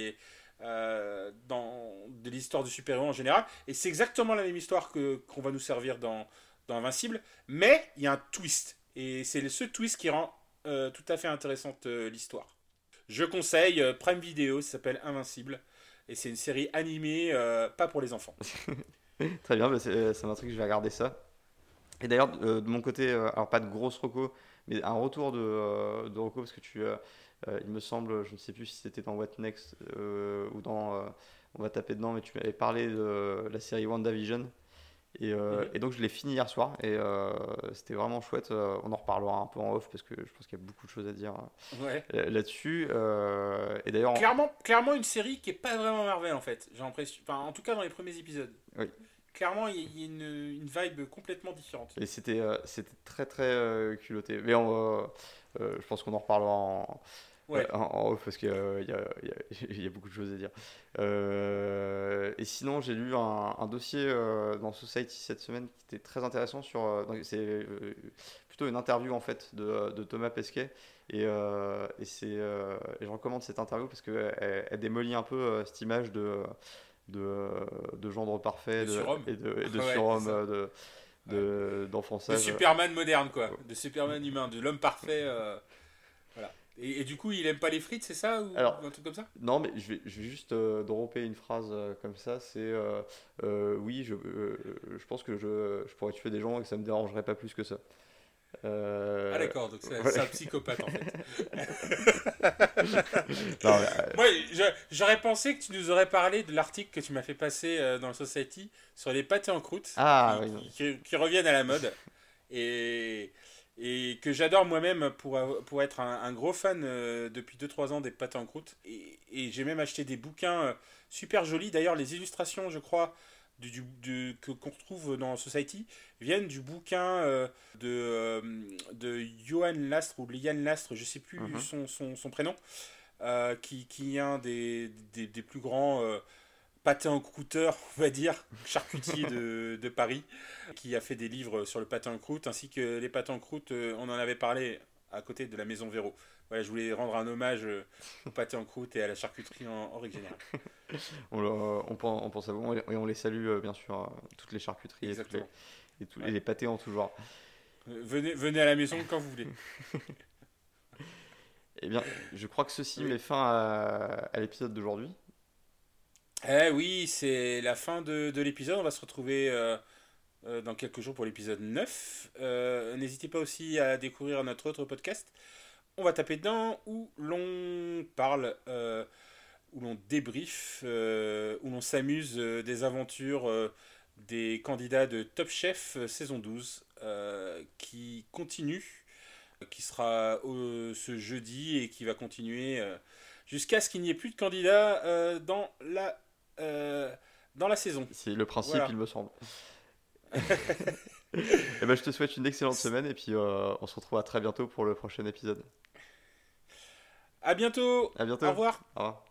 dans de l'histoire du super-héros en général. Et c'est exactement la même histoire qu'on va nous servir dans Invincible, mais il y a un twist. Et c'est ce twist qui rend tout à fait intéressante l'histoire. Je conseille Prime Video, ça s'appelle Invincible. Et c'est une série animée, pas pour les enfants. Très bien, bah, ça m'intrigue, je vais regarder ça. Et d'ailleurs, de mon côté, alors pas de grosse reco, Mais un retour de Rocco, parce que il me semble, je ne sais plus si c'était dans What Next ou dans On va taper dedans, mais tu m'avais parlé de la série WandaVision. Et donc je l'ai fini hier soir et c'était vraiment chouette. On en reparlera un peu en off parce que je pense qu'il y a beaucoup de choses à dire Ouais. là-dessus. Et d'ailleurs, Clairement une série qui est pas vraiment Marvel en fait. J'ai l'impression, enfin, en tout cas dans les premiers épisodes. oui. Clairement, il y a une vibe complètement différente. Et c'était très très culotté. Mais je pense qu'on en reparlera Ouais. en off parce qu'il y a beaucoup de choses à dire. Et sinon, j'ai lu un dossier dans Society cette semaine qui était très intéressant c'est plutôt une interview en fait de Thomas Pesquet et je recommande cette interview parce qu'elle démolit un peu cette image de gendre parfait De surhomme. et de Ouais, surhomme c'est ça. d'enfonçage. De Superman moderne, quoi. De Superman humain, de l'homme parfait. Voilà. Et du coup, il aime pas les frites, c'est ça? Ou Alors, un truc comme ça? non, mais je vais juste dropper une phrase comme ça. C'est oui, je pense que je pourrais tuer des gens et que ça me dérangerait pas plus que ça. Ah d'accord, donc c'est Ouais. un psychopathe en fait. Non, mais, Moi, j'aurais pensé que tu nous aurais parlé de l'article que tu m'as fait passer dans le Society sur les pâtés en croûte ah oui, non. qui reviennent à la mode et que j'adore moi-même pour être un gros fan depuis 2-3 ans des pâtés en croûte. Et j'ai même acheté des bouquins super jolis. D'ailleurs, les illustrations, je crois, qu'on retrouve dans Society viennent du bouquin de Johan Lastre ou Lian Lastre, je sais plus Mhm. son prénom, qui est un des plus grands pâté en croûteur, on va dire, charcutier de Paris, qui a fait des livres sur le pâté en croûte, ainsi que les pâtés en croûte, on en avait parlé à côté de la maison Véro. Voilà, je voulais rendre un hommage au pâté en croûte et à la charcuterie en règle générale. On pense à vous et on les salue bien sûr, toutes les charcuteries Exactement. et Ouais. les pâtés en tout genre. Venez à la maison quand vous voulez. Eh bien, je crois que ceci Oui. met fin à l'épisode d'aujourd'hui. Eh oui, c'est la fin de l'épisode. On va se retrouver dans quelques jours pour l'épisode 9. N'hésitez pas aussi à découvrir notre autre podcast. On va taper dedans où l'on parle, où l'on débrief, où l'on s'amuse des aventures des candidats de Top Chef saison 12 qui continue, qui sera ce jeudi et qui va continuer jusqu'à ce qu'il n'y ait plus de candidats dans la saison. C'est le principe, Voilà. il me semble. Eh ben, je te souhaite une excellente semaine et puis on se retrouve à très bientôt pour le prochain épisode. À bientôt. À bientôt. Au revoir. Au revoir.